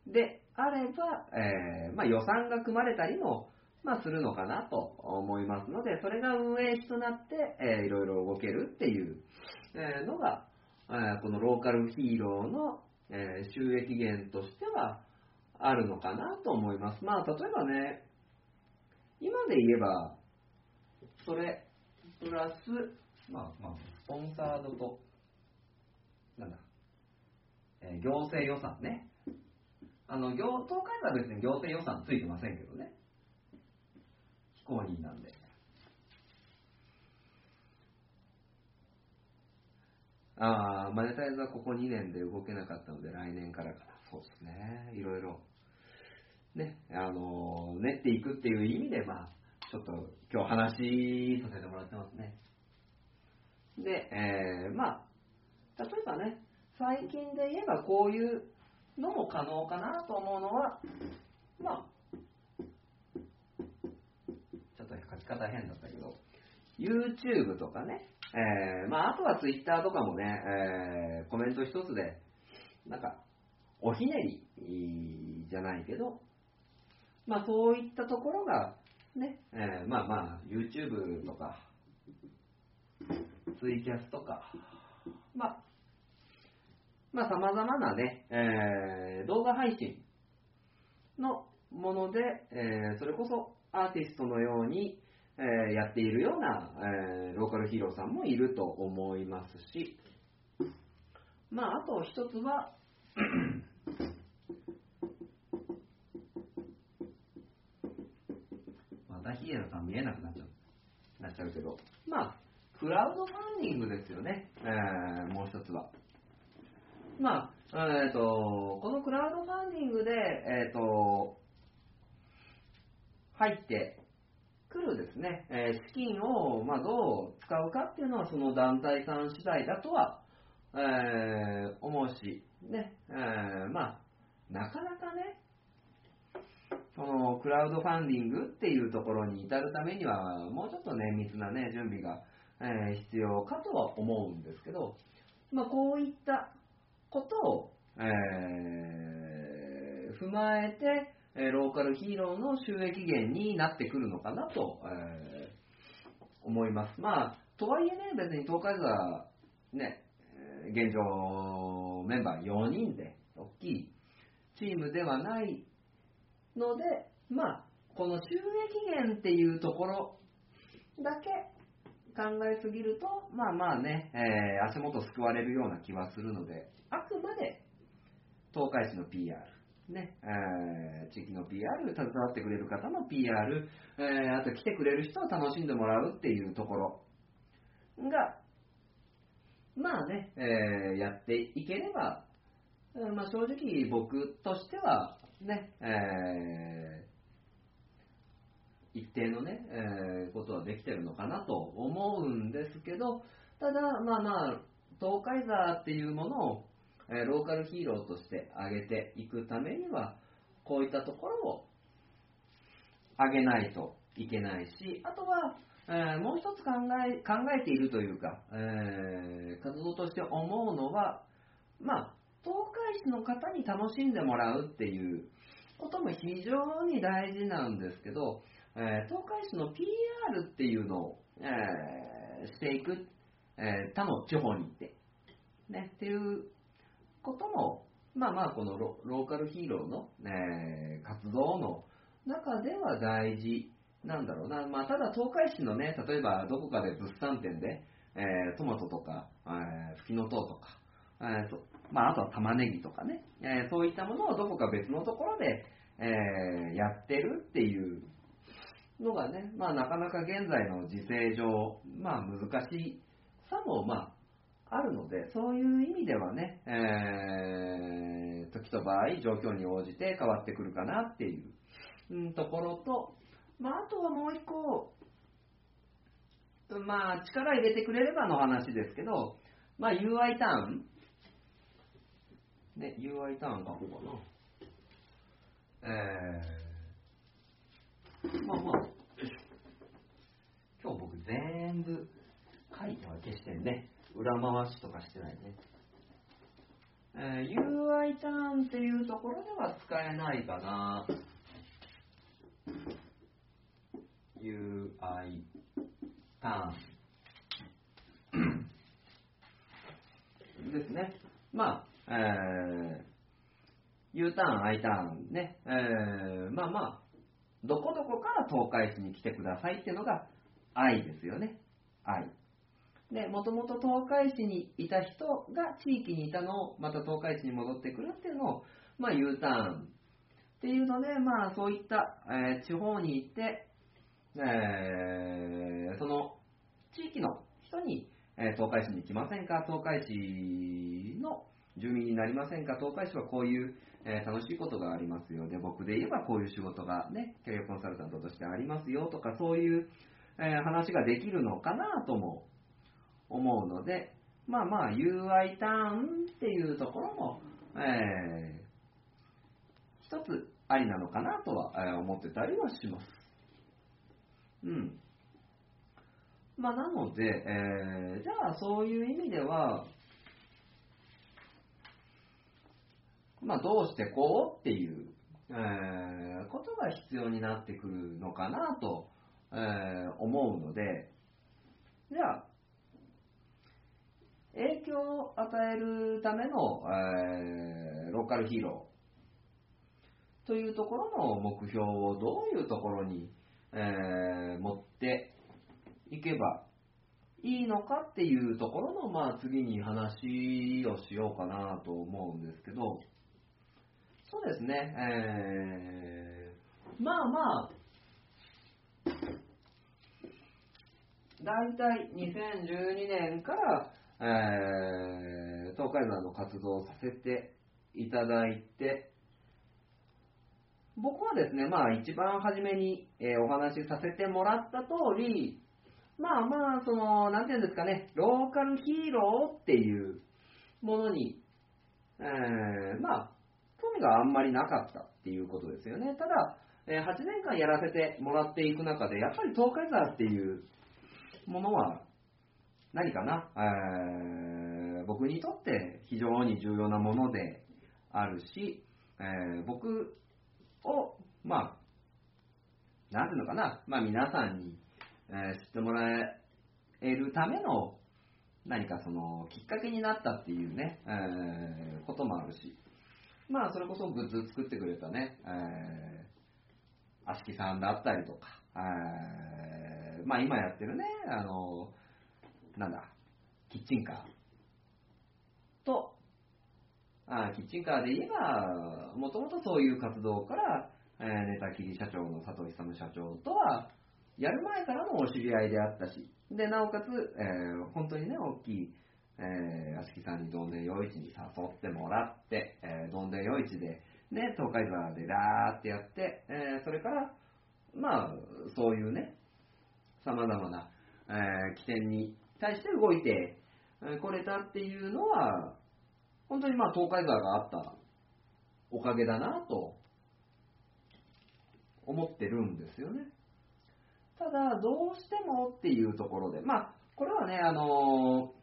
あれば、えーまあ、予算が組まれたりも、まあ、するのかなと思いますので、それが運営費となって、えー、いろいろ動けるっていう、えーのが、えーこのローカルヒーローの、えー収益源としてはあるのかなと思います。まあ、例えばね、今で言えば、それ、プラス、まあまあ、スポンサードと、なんだ、えー行政予算ね。あの、行、東海は別に行政予算ついてませんけどね。非公認なんで。ああ、マネタイズはここにねんで動けなかったので、来年からかな。そうですね。いろいろ、ね、あの練っていくっていう意味で、まあ、ちょっと今日話させてもらってますね。で、えー、まあ、例えばね、最近で言えばこういうのも可能かなと思うのは、まあ、ちょっと書き方変だったけど、YouTube とかね、えー、まあ、あとは Twitter とかもね、えー、コメント一つで、なんか、おひねりじゃないけど、まあ、そういったところが、ね、えー、まあまあ、YouTube とか、ツイキャスとか、まあ、まあ、様々なね、えー、動画配信のもので、えー、それこそアーティストのように、えー、やっているような、えー、ローカルヒーローさんもいると思いますし、まあ、あと一つは、またヒエラさん見えなくなっちゃう、なっちゃうけど、まあ、クラウドファンディングですよね、えー、もう一つは。まあ、えっ、と、このクラウドファンディングで、えっ、と、入ってくるですね、えー資金を、まあ、どう使うかっていうのはその団体さん次第だとは、えー思うし、ね、えーまあ、なかなかね、そのクラウドファンディングっていうところに至るためには、もうちょっと綿密なね、準備が、えー必要かとは思うんですけど、まあ、こういったことを、えー踏まえて、えーローカルヒーローの収益源になってくるのかなと、えー思います。まあ、とはいえね、別に東海座、ね、えー現状メンバーよにんで、大きいチームではないので、まあ、この収益源っていうところだけ考えすぎると、まあまあね、えー足元すくわれるような気はするので、あくまで東海市の ピーアール、ね、えー地域の ピーアール、携わってくれる方の ピーアール、えーあと来てくれる人を楽しんでもらうっていうところが、まあね、えーやっていければ、うんまあ、正直僕としては、ね、えー一定のね、えーことはできてるのかなと思うんですけど、ただ、まあまあ、東海座っていうものを、えーローカルヒーローとして上げていくためには、こういったところを上げないといけないし、あとは、えーもう一つ考え考えているというか、えー活動として思うのは、まあ、東海市の方に楽しんでもらうっていうことも非常に大事なんですけど、えー東海市の ピーアール っていうのを、えーしていく、えー他の地方に行って、ね、っていうことも、まあまあ、このロローカルヒーローの、えー活動の中では大事なんだろうな。まあ、ただ東海市のね、例えばどこかで物産展で、えートマトとか、えー、フキノトウとか、えーとまあ、あとは玉ねぎとかね、えーそういったものをどこか別のところで、えーやってるっていうのがね、まあ、なかなか現在の時勢上、まあ、難しさも、まあ、あるので、そういう意味ではね、えー時と場合、状況に応じて変わってくるかなっていう、うん、ところと、まあ、あとはもう一個、まあ、力入れてくれればの話ですけど、まあ、ユーアイ ターン、ね、ユーアイ ターン書こうかな。えー、まあまあ、今日僕全部書いては消してね、裏回しとかしてないね。 えー、ユーアイ ターンっていうところでは使えないかな。ユーアイ ターンですね。まあ、えー、U ターン、I ターンね、えー、まあまあ、どこどこから東海市に来てくださいっていうのが I ですよね。I。で、もともと東海市にいた人が地域にいたのをまた東海市に戻ってくるっていうのを、まあ U ターンっていうので、まあそういった、えー、地方に行って、えー、その地域の人に、えー、東海市に来ませんか、東海市の住民になりませんか、東海市はこういう、えー、楽しいことがありますよ。で、僕で言えばこういう仕事がね、キャリアコンサルタントとしてありますよとか、そういう、えー、話ができるのかなとも思うので、まあまあ ユーアイ ターンっていうところも、えー、一つありなのかなとは、えー、思ってたりはします。うん。まあなので、えー、じゃあそういう意味では、まあどうしてこうっていう、えー、ことが必要になってくるのかなと、えー、思うので、じゃあ影響を与えるための、えー、ローカルヒーローというところの目標をどういうところに、えー、持っていけばいいのかっていうところの、まあ、次に話をしようかなと思うんですけど、そうですね、えー、まあまあ、だいたいにせんじゅうにねんから、えー、東海山の活動をさせていただいて、僕はですね、まあ一番初めに、えーお話しさせてもらった通り、まあまあ、その、なんていうんですかね、ローカルヒーローっていうものに、えー、まあ、興味があんまりなかったっていうことですよね。ただ、えーはちねんかんやらせてもらっていく中で、やっぱり東海沢っていうものは何かな、えー僕にとって非常に重要なものであるし、えー僕を、まあ、なんていうのかな、まあ皆さんに、えー知ってもらえるための何かそのきっかけになったっていうね、えーこともあるし、まあそれこそグッズ作ってくれたね、えー、あしきさんだったりとか、えーまあ今やってるね、あの、なんだ、キッチンカーと、あキッチンカーで言えば、もともとそういう活動から、えー、寝たきり社長の佐藤勇社長とは、やる前からのお知り合いであったし、で、なおかつ、えー本当にね、大きい、えー、屋敷さんにどんでん夜市に誘ってもらって、えー、どんでん夜市で、ね、東海沢でラーってやって、えーそれから、まあ、そういうね、様々な、えー起点に対して動いて、えーこれたっていうのは、本当にまあ東海沢があったおかげだなと思ってるんですよね。ただ、どうしてもっていうところで、まあ、これはね、あの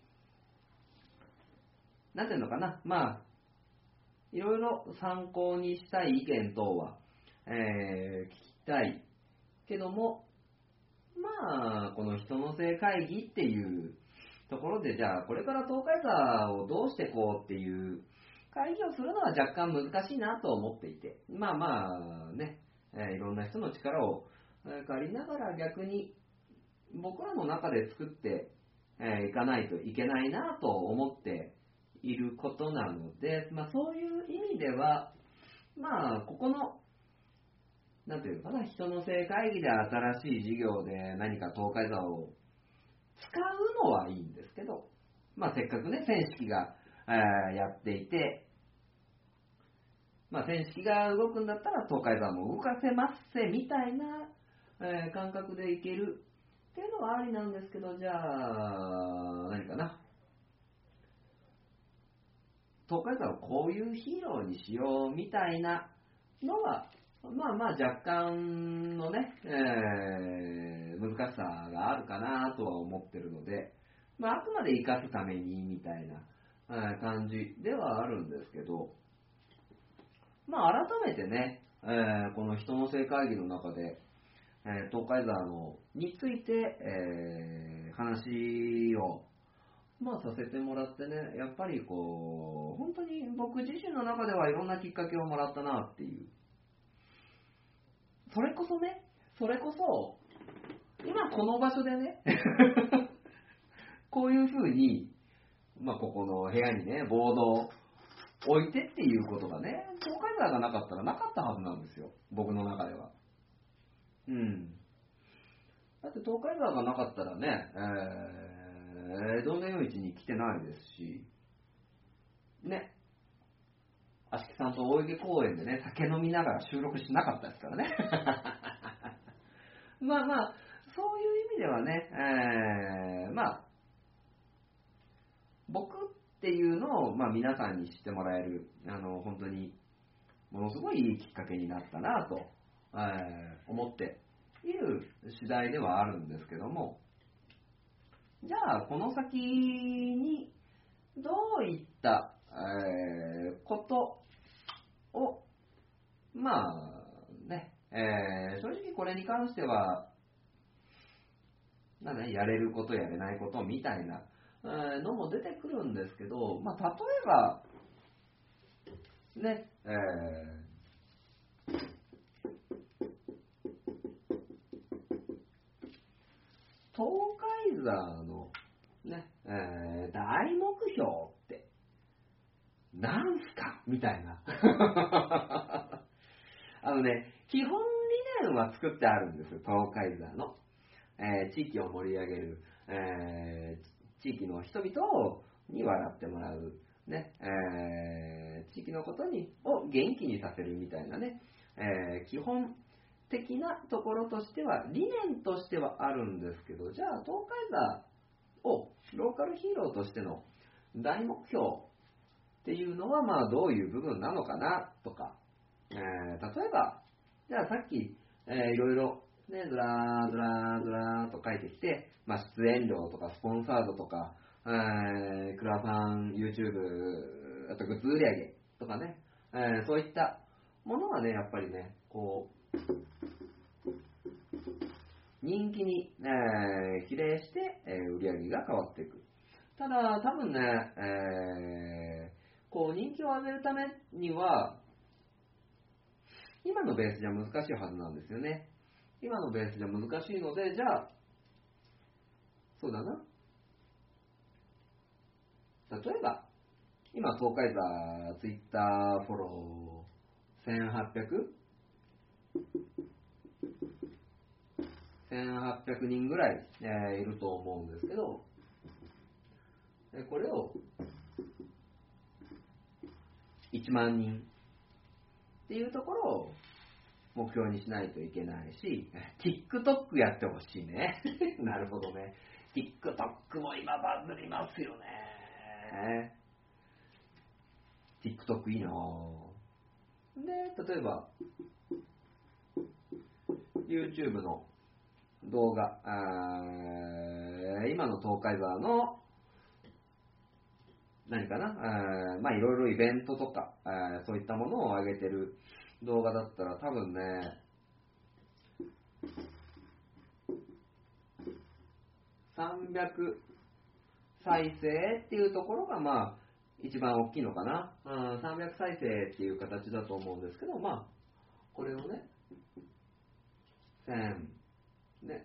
ーなんていうのかな、まあ、いろいろ参考にしたい意見等は、えー聞きたいけども、まあ、この人の性会議っていうところで、じゃあ、これから東海沢をどうしてこうっていう会議をするのは若干難しいなと思っていて、まあまあね、えーいろんな人の力をえー借りながら逆に僕らの中で作ってえーいかないといけないなと思っていることなので、まあそういう意味では、まあここの、なんていうのかな、人の性会議で新しい事業で何か東海沢を使うのはいいんですけど、まあせっかくね、選式が、えーやっていて、まあ選式が動くんだったら東海沢も動かせますせみたいな、えー感覚でいけるっていうのはありなんですけど、じゃあ、何かな。東海沢をこういうヒーローにしようみたいなのは、まあまあ若干のね、えー難しさがあるかなとは思ってるので、まああくまで生かすためにみたいなえー感じではあるんですけど、まあ改めてね、えーこの人の性会議の中で、えー東海沢のについて、えー話を、まあ、させてもらってね、やっぱりこう、本当に僕自身の中ではいろんなきっかけをもらったなっていう。それこそね、それこそ、今この場所でね、こういう風に、まあ、ここの部屋にね、ボードを置いてっていうことがね、東海沢がなかったらなかったはずなんですよ、僕の中では。うん。だって東海沢がなかったらね、えー、どんな夜市に来てないですし、ね、足木さんと大池公園でね、酒飲みながら収録しなかったですからね。まあまあ、そういう意味ではね、えー、まあ、僕っていうのを、まあ、皆さんに知ってもらえる、あの、本当に、ものすごいいいきっかけになったなと、えー、思っている次第ではあるんですけども、じゃあ、この先に、どういった、えー、ことを、まあ、ね、えー、正直これに関しては、なんだね、やれることやれないことみたいな、えーのも出てくるんですけど、まあ、例えば、ね、えー、東海沢の、ね、えー大目標ってなんすかみたいな。あのね、基本理念は作ってあるんですよ、東海沢の。えー地域を盛り上げる、えー地域の人々をに笑ってもらう、ね、えー地域のことにを元気にさせるみたいなね、えー基本的なところとしては、理念としてはあるんですけど、じゃあ東海沢をローカルヒーローとしての大目標っていうのは、まあどういう部分なのかなとか、えー例えば、じゃあさっき、えーいろいろね、ずらーずらーずらーと書いてきて、まあ、出演料とかスポンサードとか、えークラファン、YouTube、あとグッズ売り上げとかね、えーそういったものがね、やっぱりね、こう、人気に、えー比例して、えー売り上げが変わっていく。ただ、多分ね、えーこう人気を上げるためには、今のベースじゃ難しいはずなんですよね。今のベースじゃ難しいので、じゃあ、そうだな。例えば、今、東海座、ツイッターフォロー、せんはっぴゃく?せんはっぴゃくにんぐらい、えーいると思うんですけど、えこれをいちまんにんっていうところを目標にしないといけないし、TikTok やってほしいね。なるほどね。TikTok も今バズりますよね。TikTok いいなぁ。で、例えば、YouTube の動画、あー今の東海沢の何かな、あーまあいろいろイベントとか、あーそういったものを上げてる動画だったら多分ね、さんびゃく再生っていうところがまあ一番大きいのかな。うん、さんびゃく再生っていう形だと思うんですけど、まあこれをね、せん、ね、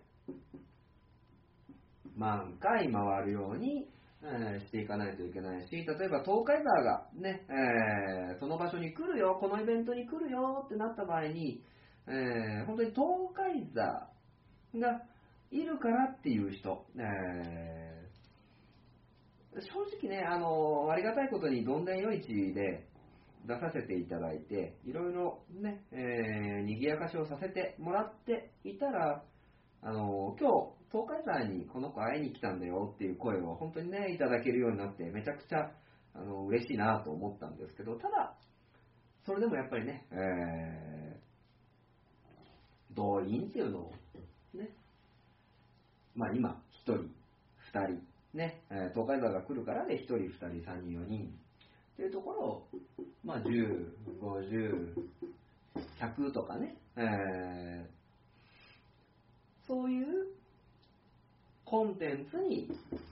万回回るように、えーしていかないといけないし、例えば東海沢がね、えーその場所に来るよ、このイベントに来るよってなった場合に、えー本当に東海沢がいるからっていう人、えー正直ね、あのありがたいことにどんでん夜市で出させていただいて、いろいろね、えー、賑やかしをさせてもらっていたら、あの今日、東海沢にこの子会いに来たんだよっていう声を本当にね、いただけるようになって、めちゃくちゃあの嬉しいなと思ったんですけど、ただ、それでもやっぱりね、えー、動員っていうのをね、まあ今、ひとり、ふたり、 ね、えー、東海座が来るからでひとり、ふたり、さんにん、よにんっていうところを、まあ、じゅう、ごじゅう、ひゃくとかね、えー、そういうコンテンツに、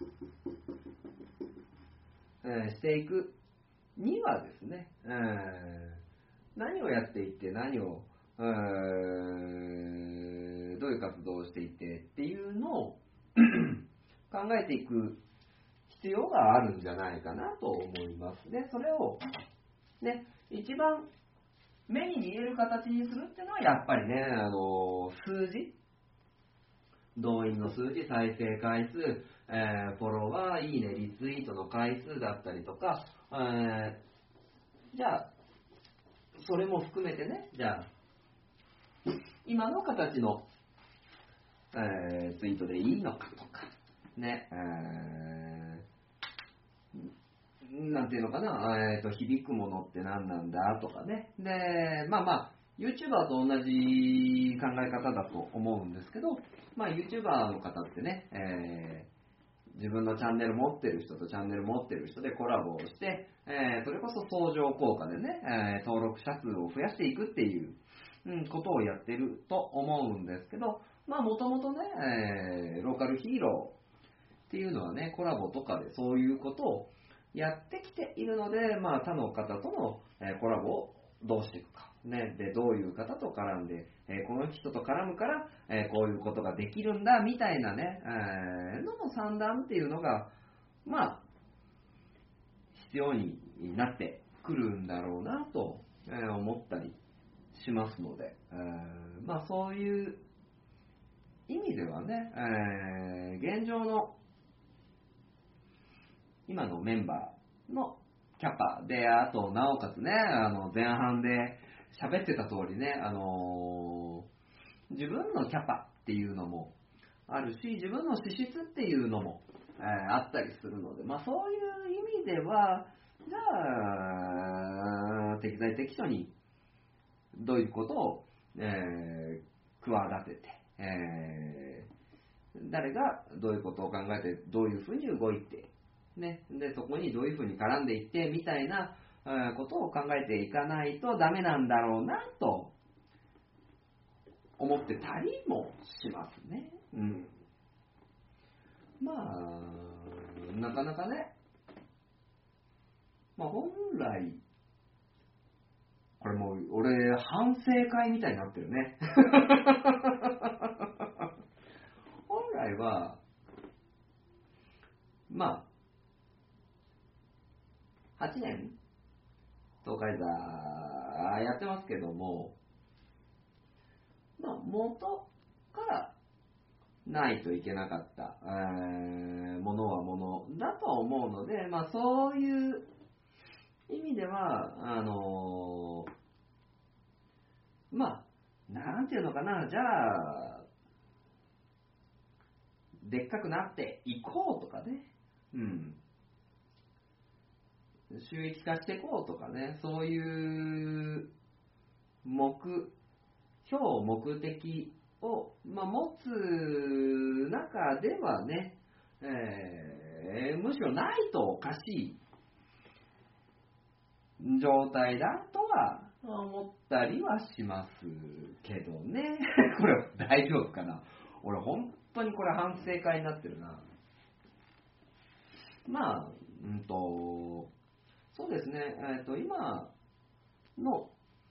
えー、していくにはですね、えー、何をやっていって何を、えー、どういう活動をしていってっていうのを考えていく必要があるんじゃないかなと思いますね。それをね、一番目に見える形にするっていうのはやっぱりね、あの数字、動員の数字、再生回数、えー、フォロワー、いいね、リツイートの回数だったりとか、えー、じゃあそれも含めてね、じゃあ今の形の、えー、ツイートでいいのかとかね、えー、なんていうのかな、えーと、響くものって何なんだとかね。で、まあまあ、YouTuber と同じ考え方だと思うんですけど、まあ YouTuber の方ってね、えー、自分のチャンネル持ってる人とチャンネル持ってる人でコラボをして、えー、それこそ相乗効果でね、えー、登録者数を増やしていくっていう、うん、ことをやってると思うんですけど、まあもともとね、えー、ローカルヒーローっていうのはね、コラボとかでそういうことをやってきているので、まあ他の方との、えー、コラボをどうしていくか。ね、でどういう方と絡んで、えー、この人と絡むから、えー、こういうことができるんだみたいなね、えー、のの算段っていうのがまあ必要になってくるんだろうなと、えー、思ったりしますので、えー、まあそういう意味ではね、えー、現状の今のメンバーのキャパで、あとなおかつね、あの前半で喋ってた通りね、あのー、自分のキャパっていうのもあるし、自分の資質っていうのも、えー、あったりするので、まあそういう意味では、じゃあ、適材適所にどういうことを、えー、企てて、えー、誰がどういうことを考えて、どういうふうに動いて、ね、でそこにどういうふうに絡んでいってみたいな、えー、ことを考えていかないとダメなんだろうなと思ってたりもしますね。うん、まあなかなかね、まあ、本来これもう俺反省会みたいになってるね。本来はまあはちねん東海座やってますけども、まあ、元からないといけなかった、えー、ものはものだと思うので、まあ、そういう意味ではあのー、まあなんていうのかな、じゃあでっかくなっていこうとかね、うん、収益化していこうとかね、そういう目標、目的を、まあ、持つ中ではね、えー、むしろないとおかしい状態だとは思ったりはしますけどね。これ大丈夫かな？俺本当にこれ反省会になってるな。まあ、うんと、そうですね、えっと、今の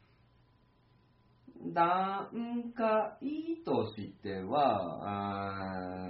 段階としては、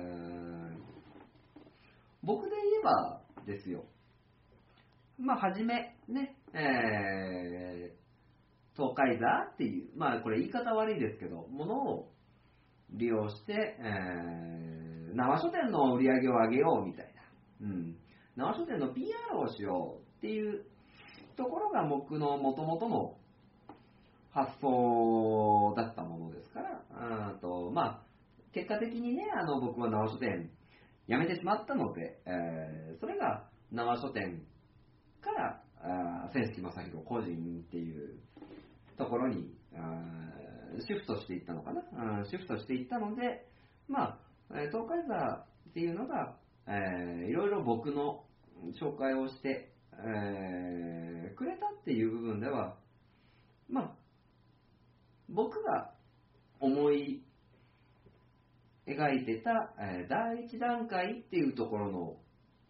僕で言えばですよ、まあ、はじめ、ね、えー、東海座っていう、まあ、これ言い方悪いですけど、ものを利用して、えー、生書店の売り上げを上げようみたいな、うん、生書店の ピーアール をしようっていうところが僕の元々の発想だったものですから、あとまあ、結果的にね、あの僕は生書店辞めてしまったので、えー、それが生書店から千式正宏個人っていうところにシフトしていったのかな、シフトしていったので、まあ、東海座っていうのがえー、いろいろ僕の紹介をして、えー、くれたっていう部分では、まあ、僕が思い描いてた、えー、第一段階っていうところの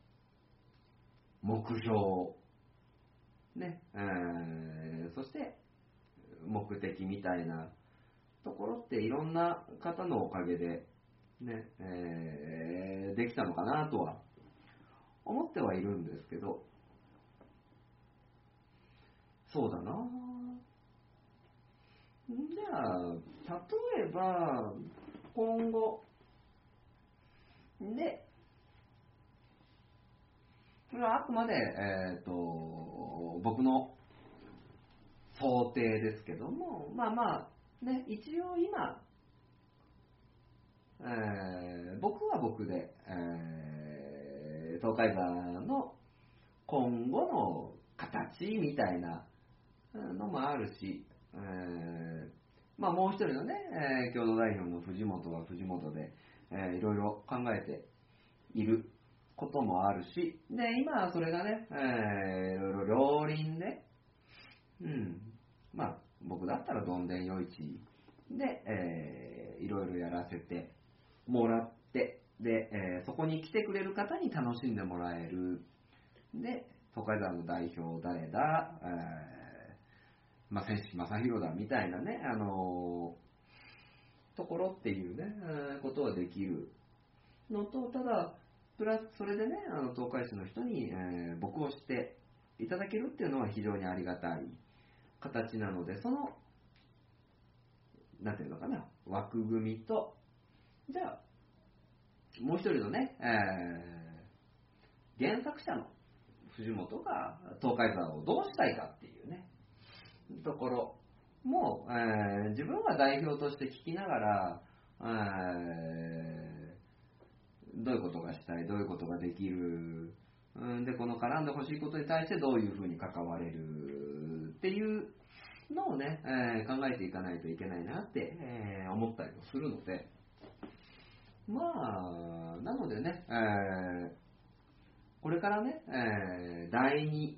目標、ね、えー、そして目的みたいなところっていろんな方のおかげで、ねえー、できたのかなとは思ってはいるんですけど、そうだな。じゃあ、例えば今後で、これはあくまで、えーと、僕の想定ですけども、まあまあ、ね、一応今、えー、僕は僕で、えー、東海山の今後の形みたいなのもあるし、えー、まあもう一人のね、えー、共同代表の藤本は藤本で、えー、いろいろ考えていることもあるし、で、今はそれがね、えー、いろいろ両輪で、うん、まあ僕だったらどんでんよ市で、えー、いろいろやらせてもらって、で、えー、そこに来てくれる方に楽しんでもらえる。で、東海山の代表誰だ、えー、まあ、千式正宏だみたいなね、あのー、ところっていうね、えー、ことはできるのと、ただ、プラスそれでね、あの東海市の人に、えー、僕を知っていただけるっていうのは非常にありがたい形なので、その、なんていうのかな、枠組みと、じゃあ、もう一人のね、えー、原作者の藤本が東海山をどうしたいかっていうね、ところも、えー、自分は代表として聞きながら、えー、どういうことがしたい、どういうことができる、うんで、この絡んでほしいことに対してどういうふうに関われるっていうのをね、えー、考えていかないといけないなって、えー、思ったりもするので、まあ、なのでね、えー、これからね、えー、だいに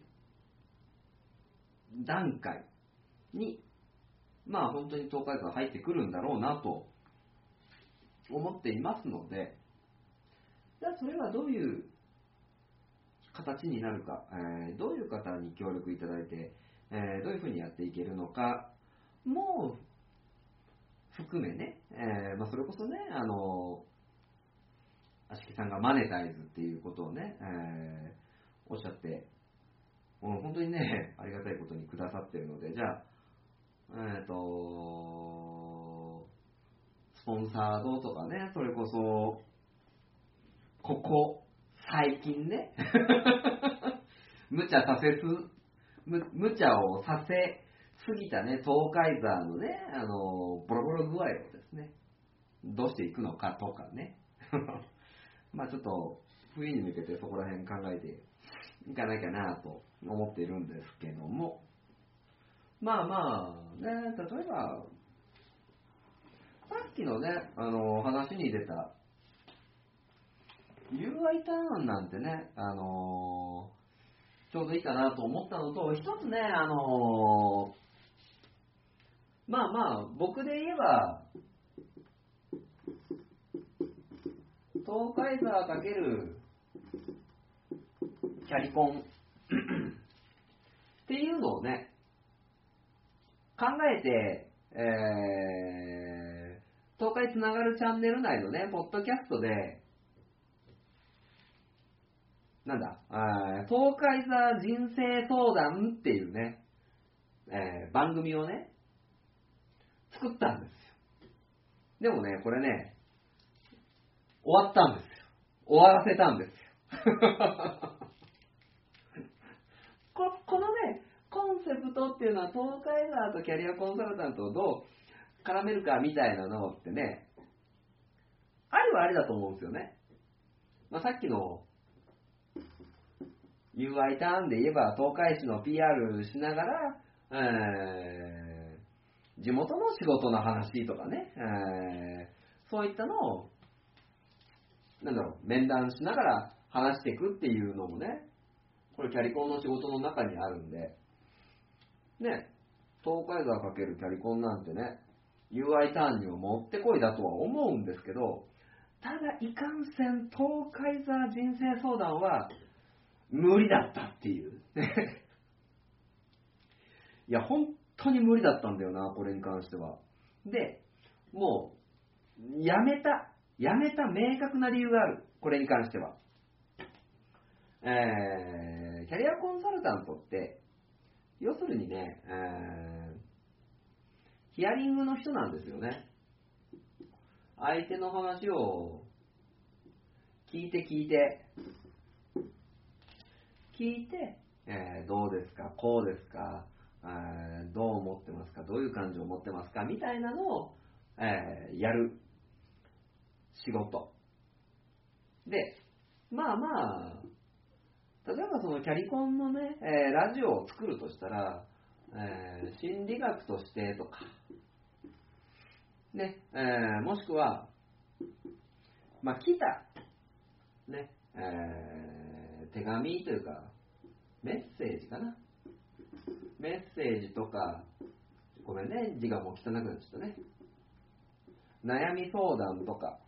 段階に、まあ本当に東海山入ってくるんだろうなと思っていますので、じゃあそれはどういう形になるか、えー、どういう方に協力いただいて、えー、どういうふうにやっていけるのかも含めね、えーまあ、それこそね、あの、あしきさんがマネタイズっていうことをね、えー、おっしゃって、もう本当にね、ありがたいことにくださってるので、じゃあ、えっ、ー、と、スポンサードとかね、それこそ、ここ、最近ね、無茶させす、む無茶をさせすぎたね、東海山のね、あの、ボロボロ具合をですね、どうしていくのかとかね。まあちょっと、冬に向けてそこら辺考えていかなきゃなと思っているんですけども、まあまあ、ね、例えば、さっきのね、あの、話に出た、ユーアイ ターンなんてね、あのー、ちょうどいいかなと思ったのと、一つね、あのー、まあまあ、僕で言えば、東海沢かけるキャリコンっていうのをね、考えて、えー、東海つながるチャンネル内のね、ポッドキャストで、なんだ、東海座人生相談っていうね、えー、番組をね、作ったんですよ。でもね、これね、終わったんですよ。終わらせたんですよ。こ, このね、コンセプトっていうのは、東海座とキャリアコンサルタントをどう絡めるかみたいなのってね、ありはありだと思うんですよね。まあ、さっきのユーアイ ターンで言えば、東海市の ピーアール しながら、えー、地元の仕事の話とかね、えー、そういったのをなんだろう、面談しながら話していくっていうのもね、これキャリコンの仕事の中にあるんで、ね、東海座かけるキャリコンなんてね、ユーアイ ターンにももってこいだとは思うんですけど、ただいかんせん東海座人生相談は無理だったっていう。いや、本当に無理だったんだよな、これに関しては。で、もう、やめた、やめた明確な理由がある、これに関しては。えー、キャリアコンサルタントって、要するにね、えー、ヒアリングの人なんですよね。相手の話を聞いて聞いて、聞いて、えー、どうですか、こうですか、えー、どう思ってますか、どういう感情を持ってますか、みたいなのを、えー、やる仕事。で、まあまあ、例えばそのキャリコンのね、えー、ラジオを作るとしたら、えー、心理学としてとか、ね、えー、もしくは、まあ、来た、ね、えー、手紙というか、メッセージかな。メッセージとか、ごめんね、字がもう汚くなっちゃったね。悩み相談とか、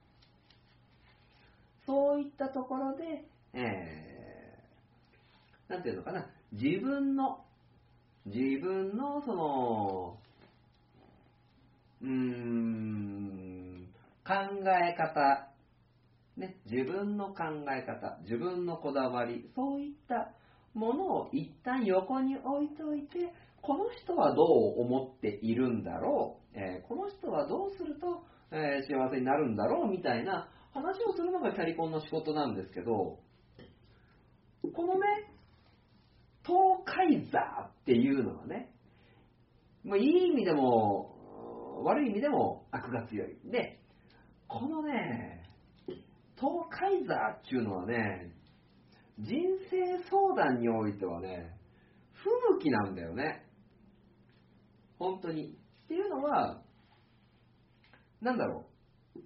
そういったところで、えー、なんていうのかな、自分の、自分のその、うーん、考え方、ね、自分の考え方、自分のこだわり、そういったものを一旦横に置いといて、この人はどう思っているんだろう、えー、この人はどうすると、えー、幸せになるんだろうみたいな話をするのがキャリコンの仕事なんですけど、このね、東海座っていうのはね、まあ、いい意味でも悪い意味でも悪が強い。で、このね、東海座っていうのはね、人生相談においてはね、不向きなんだよね。本当に。っていうのは、なんだろう。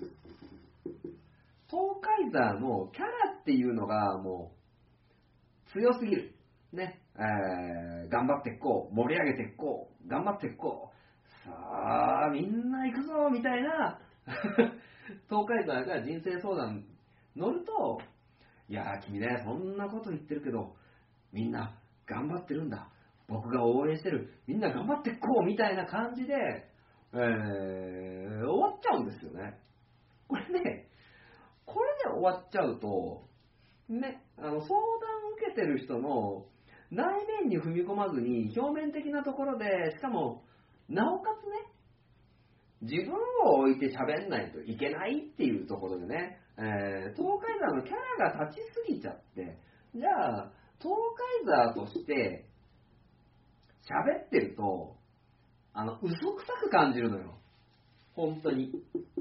東海座のキャラっていうのがもう強すぎる。ね。えー、頑張っていこう。盛り上げていこう。頑張っていこう。さあ、みんな行くぞみたいな東海座が人生相談乗ると、いやー君ね、そんなこと言ってるけど、みんな頑張ってるんだ。僕が応援してる。みんな頑張っていこうみたいな感じで、えー、終わっちゃうんですよね。これね、これで終わっちゃうと、ね、あの相談を受けてる人の内面に踏み込まずに表面的なところで、しかもなおかつね、自分を置いて喋んないといけないっていうところでね、えー、東海座のキャラが立ちすぎちゃって、じゃあ東海座として喋ってると、あの嘘くさく感じるのよ、本当に。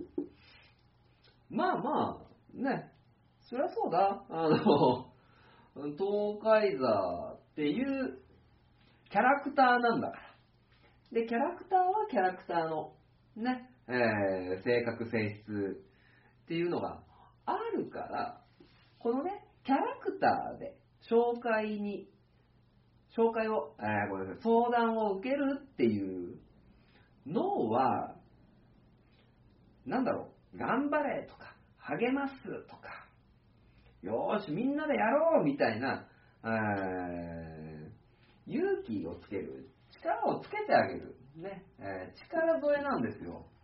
まあまあね、そりゃそうだ、あの東海座っていうキャラクターなんだから。で、キャラクターはキャラクターのね、えー、性格性質っていうのがあるから、このね、キャラクターで紹介に、紹介を、えー、ごめんなさい、相談を受けるっていうのは、なんだろう、頑張れとか、励ますとか、よーし、みんなでやろうみたいな、えー、勇気をつける、力をつけてあげる、ね、えー、力添えなんですよ。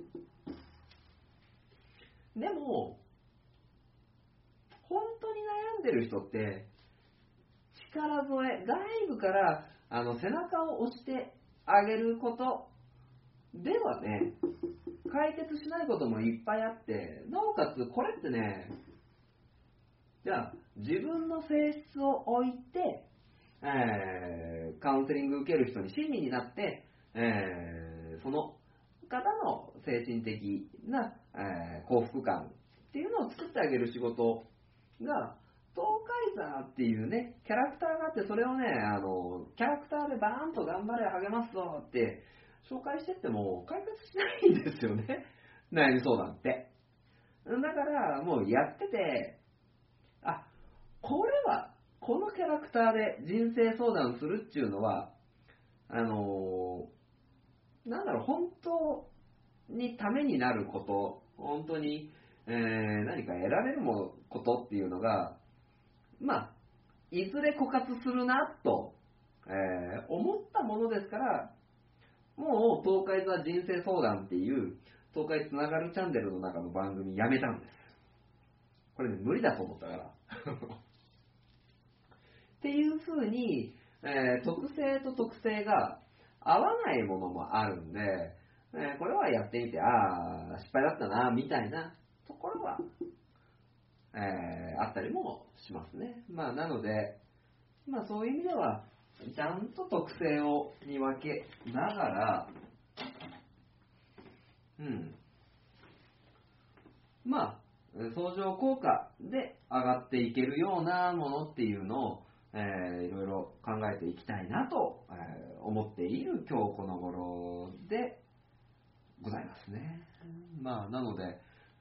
でも、本当に悩んでる人って、力添え、外部からあの背中を押してあげることではね、解決しないこともいっぱいあって、なおかつこれってね、じゃあ自分の性質を置いて、えー、カウンセリング受ける人に親身になって、えー、その方の精神的な、えー、幸福感っていうのを作ってあげる仕事が、東海座っていうね、キャラクターがあって、それをね、あの、キャラクターでバーンと頑張れ、励ますぞって紹介してっても解決しないんですよね。悩み相談って。 だからもうやってて、あ、これはこのキャラクターで人生相談するっていうのは、あのー、なんだろう、本当にためになること、本当に、えー、何か得られるもことっていうのが、まあ、いずれ枯渇するなと、えー、思ったものですから、もう東海座人生相談っていう東海つながるチャンネルの中の番組やめたんです。これね、無理だと思ったから。っていう風に、えー、特性と特性が合わないものもあるんで、えー、これはやってみて、ああ、失敗だったな、みたいなところは、えー、あったりもしますね。まあ、なので、まあそういう意味では、ちゃんと特性を見分けながら、うん。まあ、相乗効果で上がっていけるようなものっていうのを、えー、いろいろ考えていきたいなと、えー、思っている今日この頃でございますね。まあ、なので、え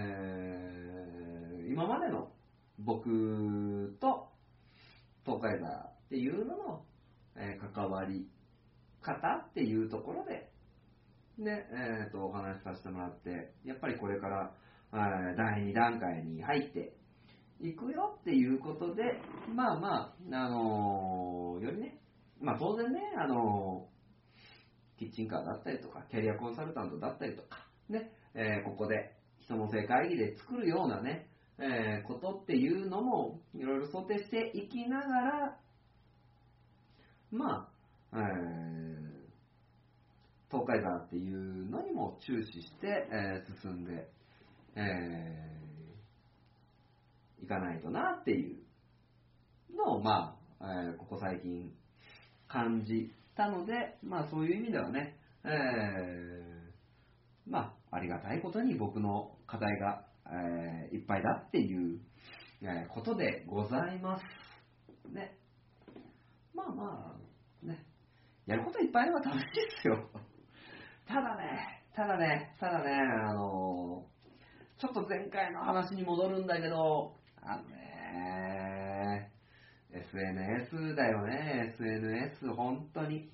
ー、今までの僕と東海座っていうのの、えー、関わり方っていうところで、で、えー、とお話しさせてもらって、やっぱりこれからだいに段階に入っていくよっていうことで、まあまあ、あのー、よりね、まあ当然ね、あのー、キッチンカーだったりとか、キャリアコンサルタントだったりとか、ね、えー、ここで人の世会議で作るようなね、えー、ことっていうのもいろいろ想定していきながら、まあ、えー、東海座っていうのにも注視して、えー、進んで、えー、いかないとなっていうのを、まあ、えー、ここ最近感じたので、まあそういう意味ではね、えー、まあありがたいことに僕の課題が、えー、いっぱいだっていう、えー、ことでございます。ね。まあまあ、ね。やることいっぱいあれば楽しいですよ。ただね、ただね、ただね、あのー、ちょっと前回の話に戻るんだけど、あのね、エスエヌエス だよね、エスエヌエス、本当に。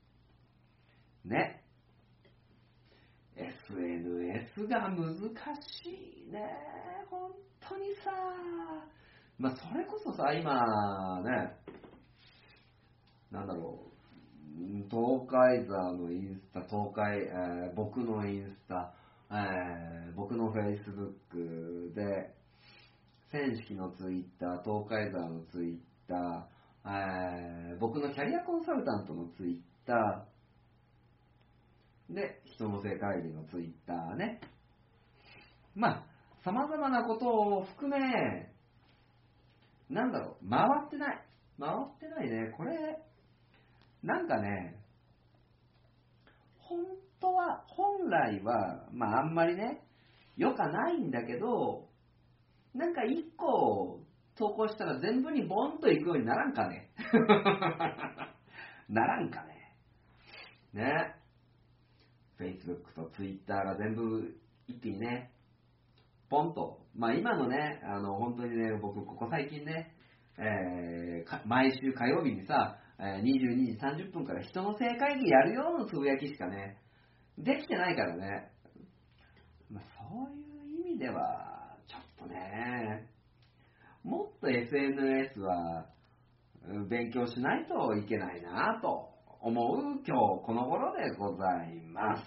ね。エスエヌエス が難しいね、本当にさ。まあ、それこそさ、今ね、なんだろう、東海座のインスタ、東海、えー、僕のインスタ、えー、僕のフェイスブックで、千式のツイッター、東海座のツイッター、えー、僕のキャリアコンサルタントのツイッター、で、人の世界議のツイッターね。まあ、様々なことを含め、なんだろう、回ってない。回ってないね。これ、なんかね、本当は、本来は、まああんまりね、良かないんだけど、なんか一個投稿したら全部にボンと行くようにならんかね。ならんかね。ね。Facebook と Twitter が全部一気にね、ポンと。まあ今のね、あの本当にね、僕ここ最近ね、えー、毎週火曜日にさ、にじゅうにじさんじゅっぷんから人の正会議やるようなつぶやきしかね、できてないからね。まあ、そういう意味では、ちょっとね、もっと エスエヌエス は勉強しないといけないなと思う今日この頃でございます。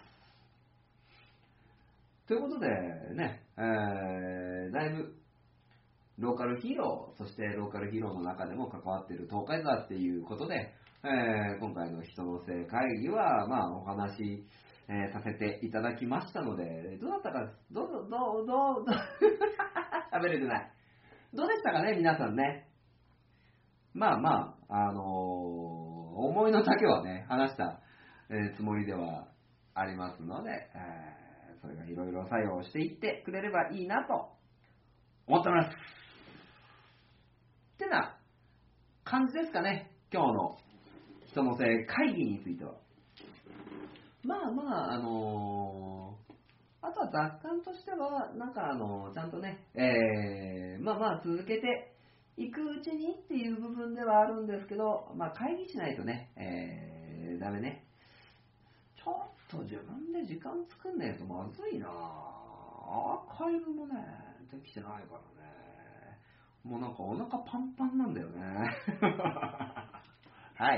ということでね、えー、だいぶローカルヒーロー、そしてローカルヒーローの中でも関わっている東海座っていうことで、えー、今回の人の性会議は、まあ、お話、えー、させていただきましたので、どうだったか、どうぞ、どう、どう、どう、喋れてない。どうでしたかね、皆さんね。まあまあ、あのー、思いの丈はね、話した、えー、つもりではありますので、えー、それがいろいろ作用していってくれればいいなと思ってます。ってな感じですかね、今日の人の性会議については。まあまあ、あのあとは雑感としては、なんかあの、ちゃんとね、えー、まあまあ続けていくうちにっていう部分ではあるんですけど、まあ会議しないとね、えー、ダメね。ちょっと自分で時間作んねえとまずいな。アーカイブもね、できてないからね。もうなんかお腹パンパンなんだよね。はい。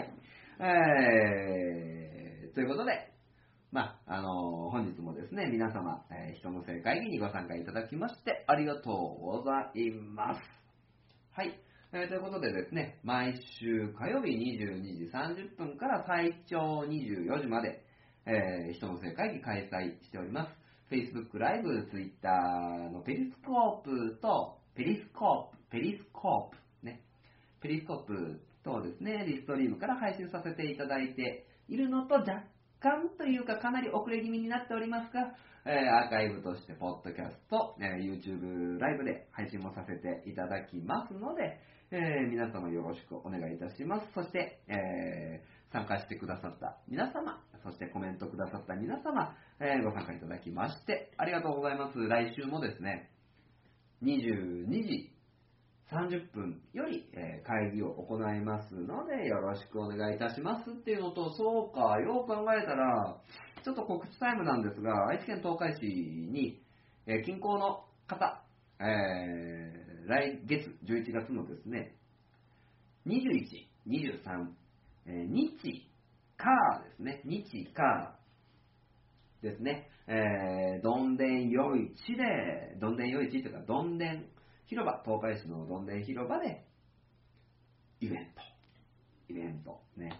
えー、ということで、まあ、あのー本日もですね、皆様、えー人の正会議にご参加いただきましてありがとうございます。はい。えーということでですね、毎週火曜日にじゅうにじさんじゅっぷんから最長にじゅうよじまで、えー人の正会議開催しております。Facebook ライブ、Twitter のペリスコープと、ペリスコープ、ペリスコープ、ね。ペリスコープとですね、リストリームから配信させていただいているのと若干というかかなり遅れ気味になっておりますが、えーアーカイブとしてポッドキャスト、えー YouTube ライブで配信もさせていただきますので、えー皆様よろしくお願いいたします。そして、えー参加してくださった皆様、そしてコメントくださった皆様、えーご参加いただきましてありがとうございます。来週もですね、にじゅうにじさんじゅっぷんより、えー会議を行いますので、よろしくお願いいたしますっていうのと、そうか、よう考えたら、ちょっと告知タイムなんですが、愛知県東海市に、えー近郊の方、えー来月、じゅういちがつのですね、にじゅういち、にじゅうさん、えー日、火ですね、日、火ですね、えー、どんでん夜市で、どんでん夜市というか、どんでん広場、東海市のどんでん広場で、イベント、イベント、ね、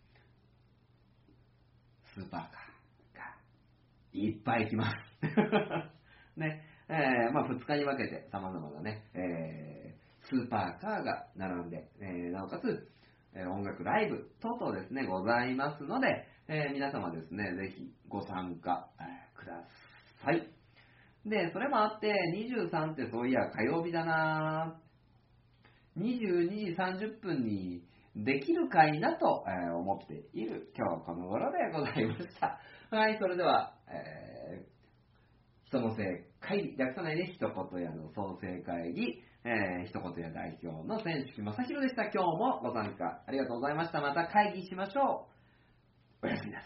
スーパーカーがいっぱい来ます。ね、えー、まあふつかに分けて様々なね、えー、スーパーカーが並んで、えー、なおかつ、えー音楽ライブ等々ですね、ございますので、えー皆様ですね、ぜひご参加、えーください。で、それもあって、にじゅうさんってそういや火曜日だなにじゅうにじさんじゅっぷんにできるかいなと、えー思っている今日この頃でございました。はい、それでは、えー人の正会議、略さないで一言屋の総正会議、えー、一言屋代表の千式正宏でした。今日もご参加ありがとうございました。また会議しましょう。おやすみなさ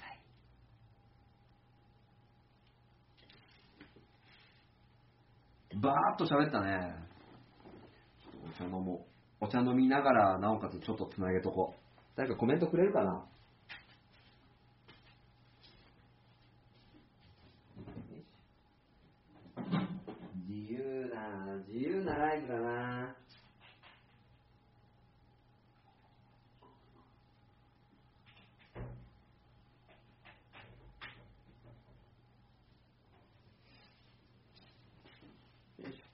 い。バーっと喋ったね。お茶飲もう。お茶飲みながら、なおかつちょっとつなげとこう。誰かコメントくれるかな。自由な、自由なライブだな。よいし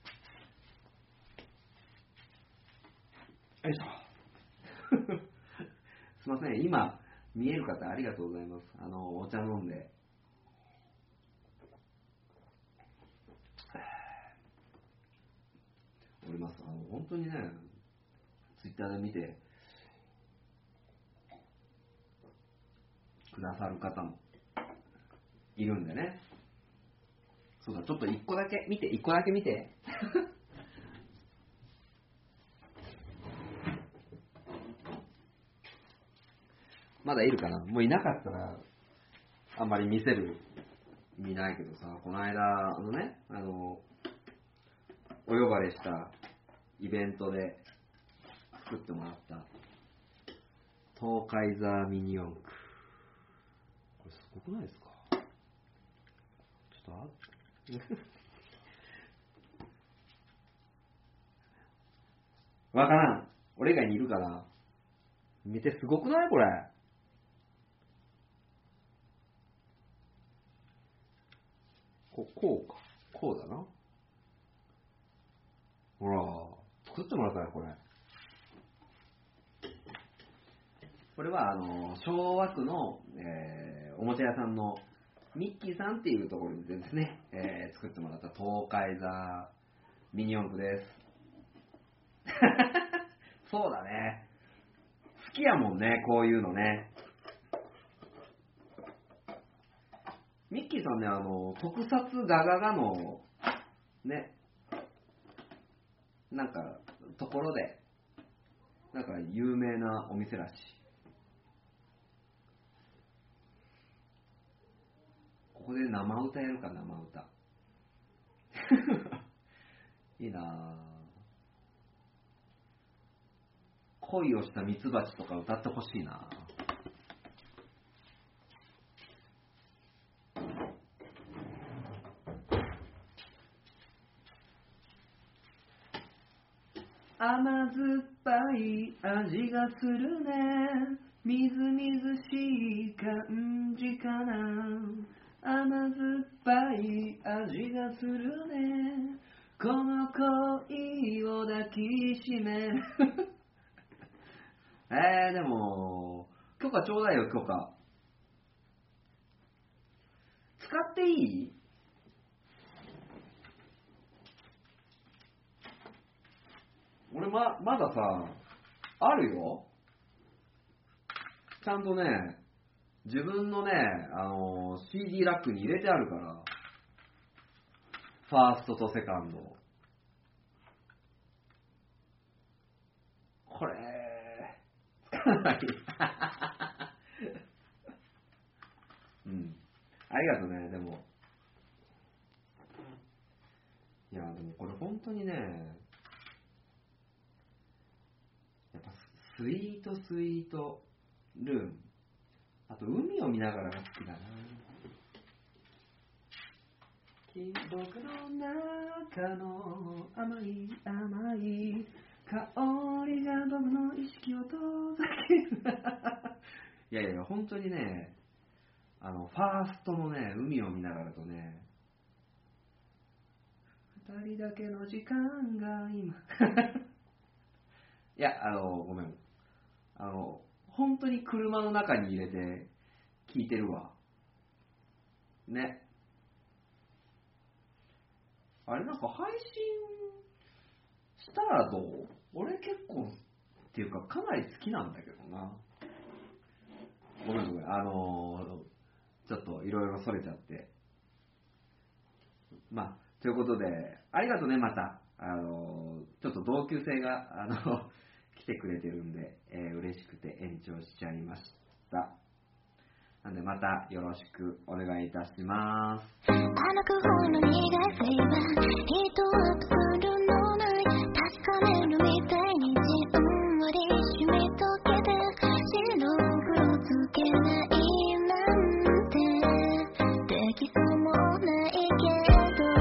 ょ。よいしょ。すいません、今、見える方ありがとうございます。あの、お茶飲んで。おります。あの、本当にね、ツイッターで見てくださる方もいるんでね。そうだ、ちょっと一個だけ見て、一個だけ見て。まだいるかな。もういなかったら、あんまり見せる意味ないけどさ、この間、あのね、あの、お呼ばれしたイベントで作ってもらった東海ザーミニ四駆。これすごくないですか？ちょっとあわからん。俺以外にいるから。見てすごくないこれ。ここうか。こうだな。ほら、作ってもらったよ、これ。これは、あの、昭和区の、えーおもちゃ屋さんのミッキーさんっていうところでですね、えー作ってもらった東海座ミニ四駆です。そうだね。好きやもんね、こういうのね。 ミッキーさんね、あの、特撮ガガガの、ね、なんか、ところで、なんか有名なお店らしい。ここで生歌やるか、生歌。いいなぁ。恋をしたミツバチとか歌ってほしいなぁ。甘酸っぱい味がするね、みずみずしい感じかな。甘酸っぱい味がするね、この恋を抱きしめえー、でも許可ちょうだいよ、許可。使っていい？俺ま、まださ、あるよ。ちゃんとね、自分のね、あのー、シーディー ラックに入れてあるから。ファーストとセカンド。これ、つかない。うん。ありがとうね、でも。いや、でもこれ本当にね、やっぱスイートスイートルーム。あと海を見ながらが好きだな。僕の中の甘い甘い香りが僕の意識を遠ざける。いやいや、本当にね、あの、ファーストのね、海を見ながらとね、二人だけの時間が今。いや、あの、ごめん。あの、本当に車の中に入れて聞いてるわ。ね。あれなんか配信したらどう？俺結構っていうかかなり好きなんだけどな。ごめんごめん。あのー、ちょっといろいろそれちゃって。まあ、ということで、ありがとうね、また。あのー、ちょっと同級生が、あの、来てくれてるんで、えー、嬉しくて延長しちゃいました。なんでまたよろしくお願いいたします。あの方の苦いフレーバー、ヒートアップするのない確かめるみたいにじんわり染み溶けて白黒つけないなんてできそうもないけど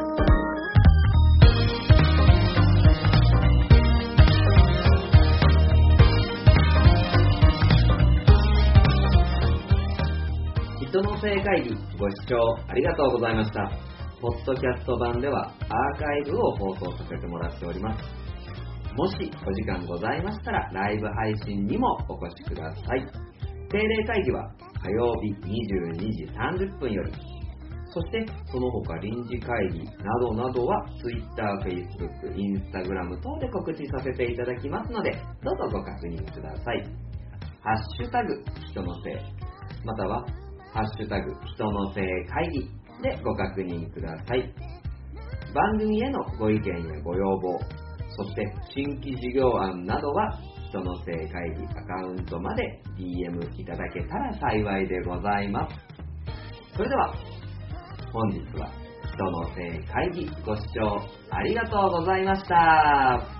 人の正会議ご視聴ありがとうございました。ポッドキャスト版ではアーカイブを放送させてもらっております。もしお時間ございましたらライブ配信にもお越しください。定例会議は火曜日にじゅうにじさんじゅっぷんより、そしてその他臨時会議などなどは Twitter、Facebook、Instagram 等で告知させていただきますので、どうぞご確認ください。ハッシュタグ人のせい、またはハッシュタグ人のせい会議でご確認ください。番組へのご意見やご要望、そして新規事業案などは人のせい会議アカウントまで ディーエム いただけたら幸いでございます。それでは本日は人のせい会議ご視聴ありがとうございました。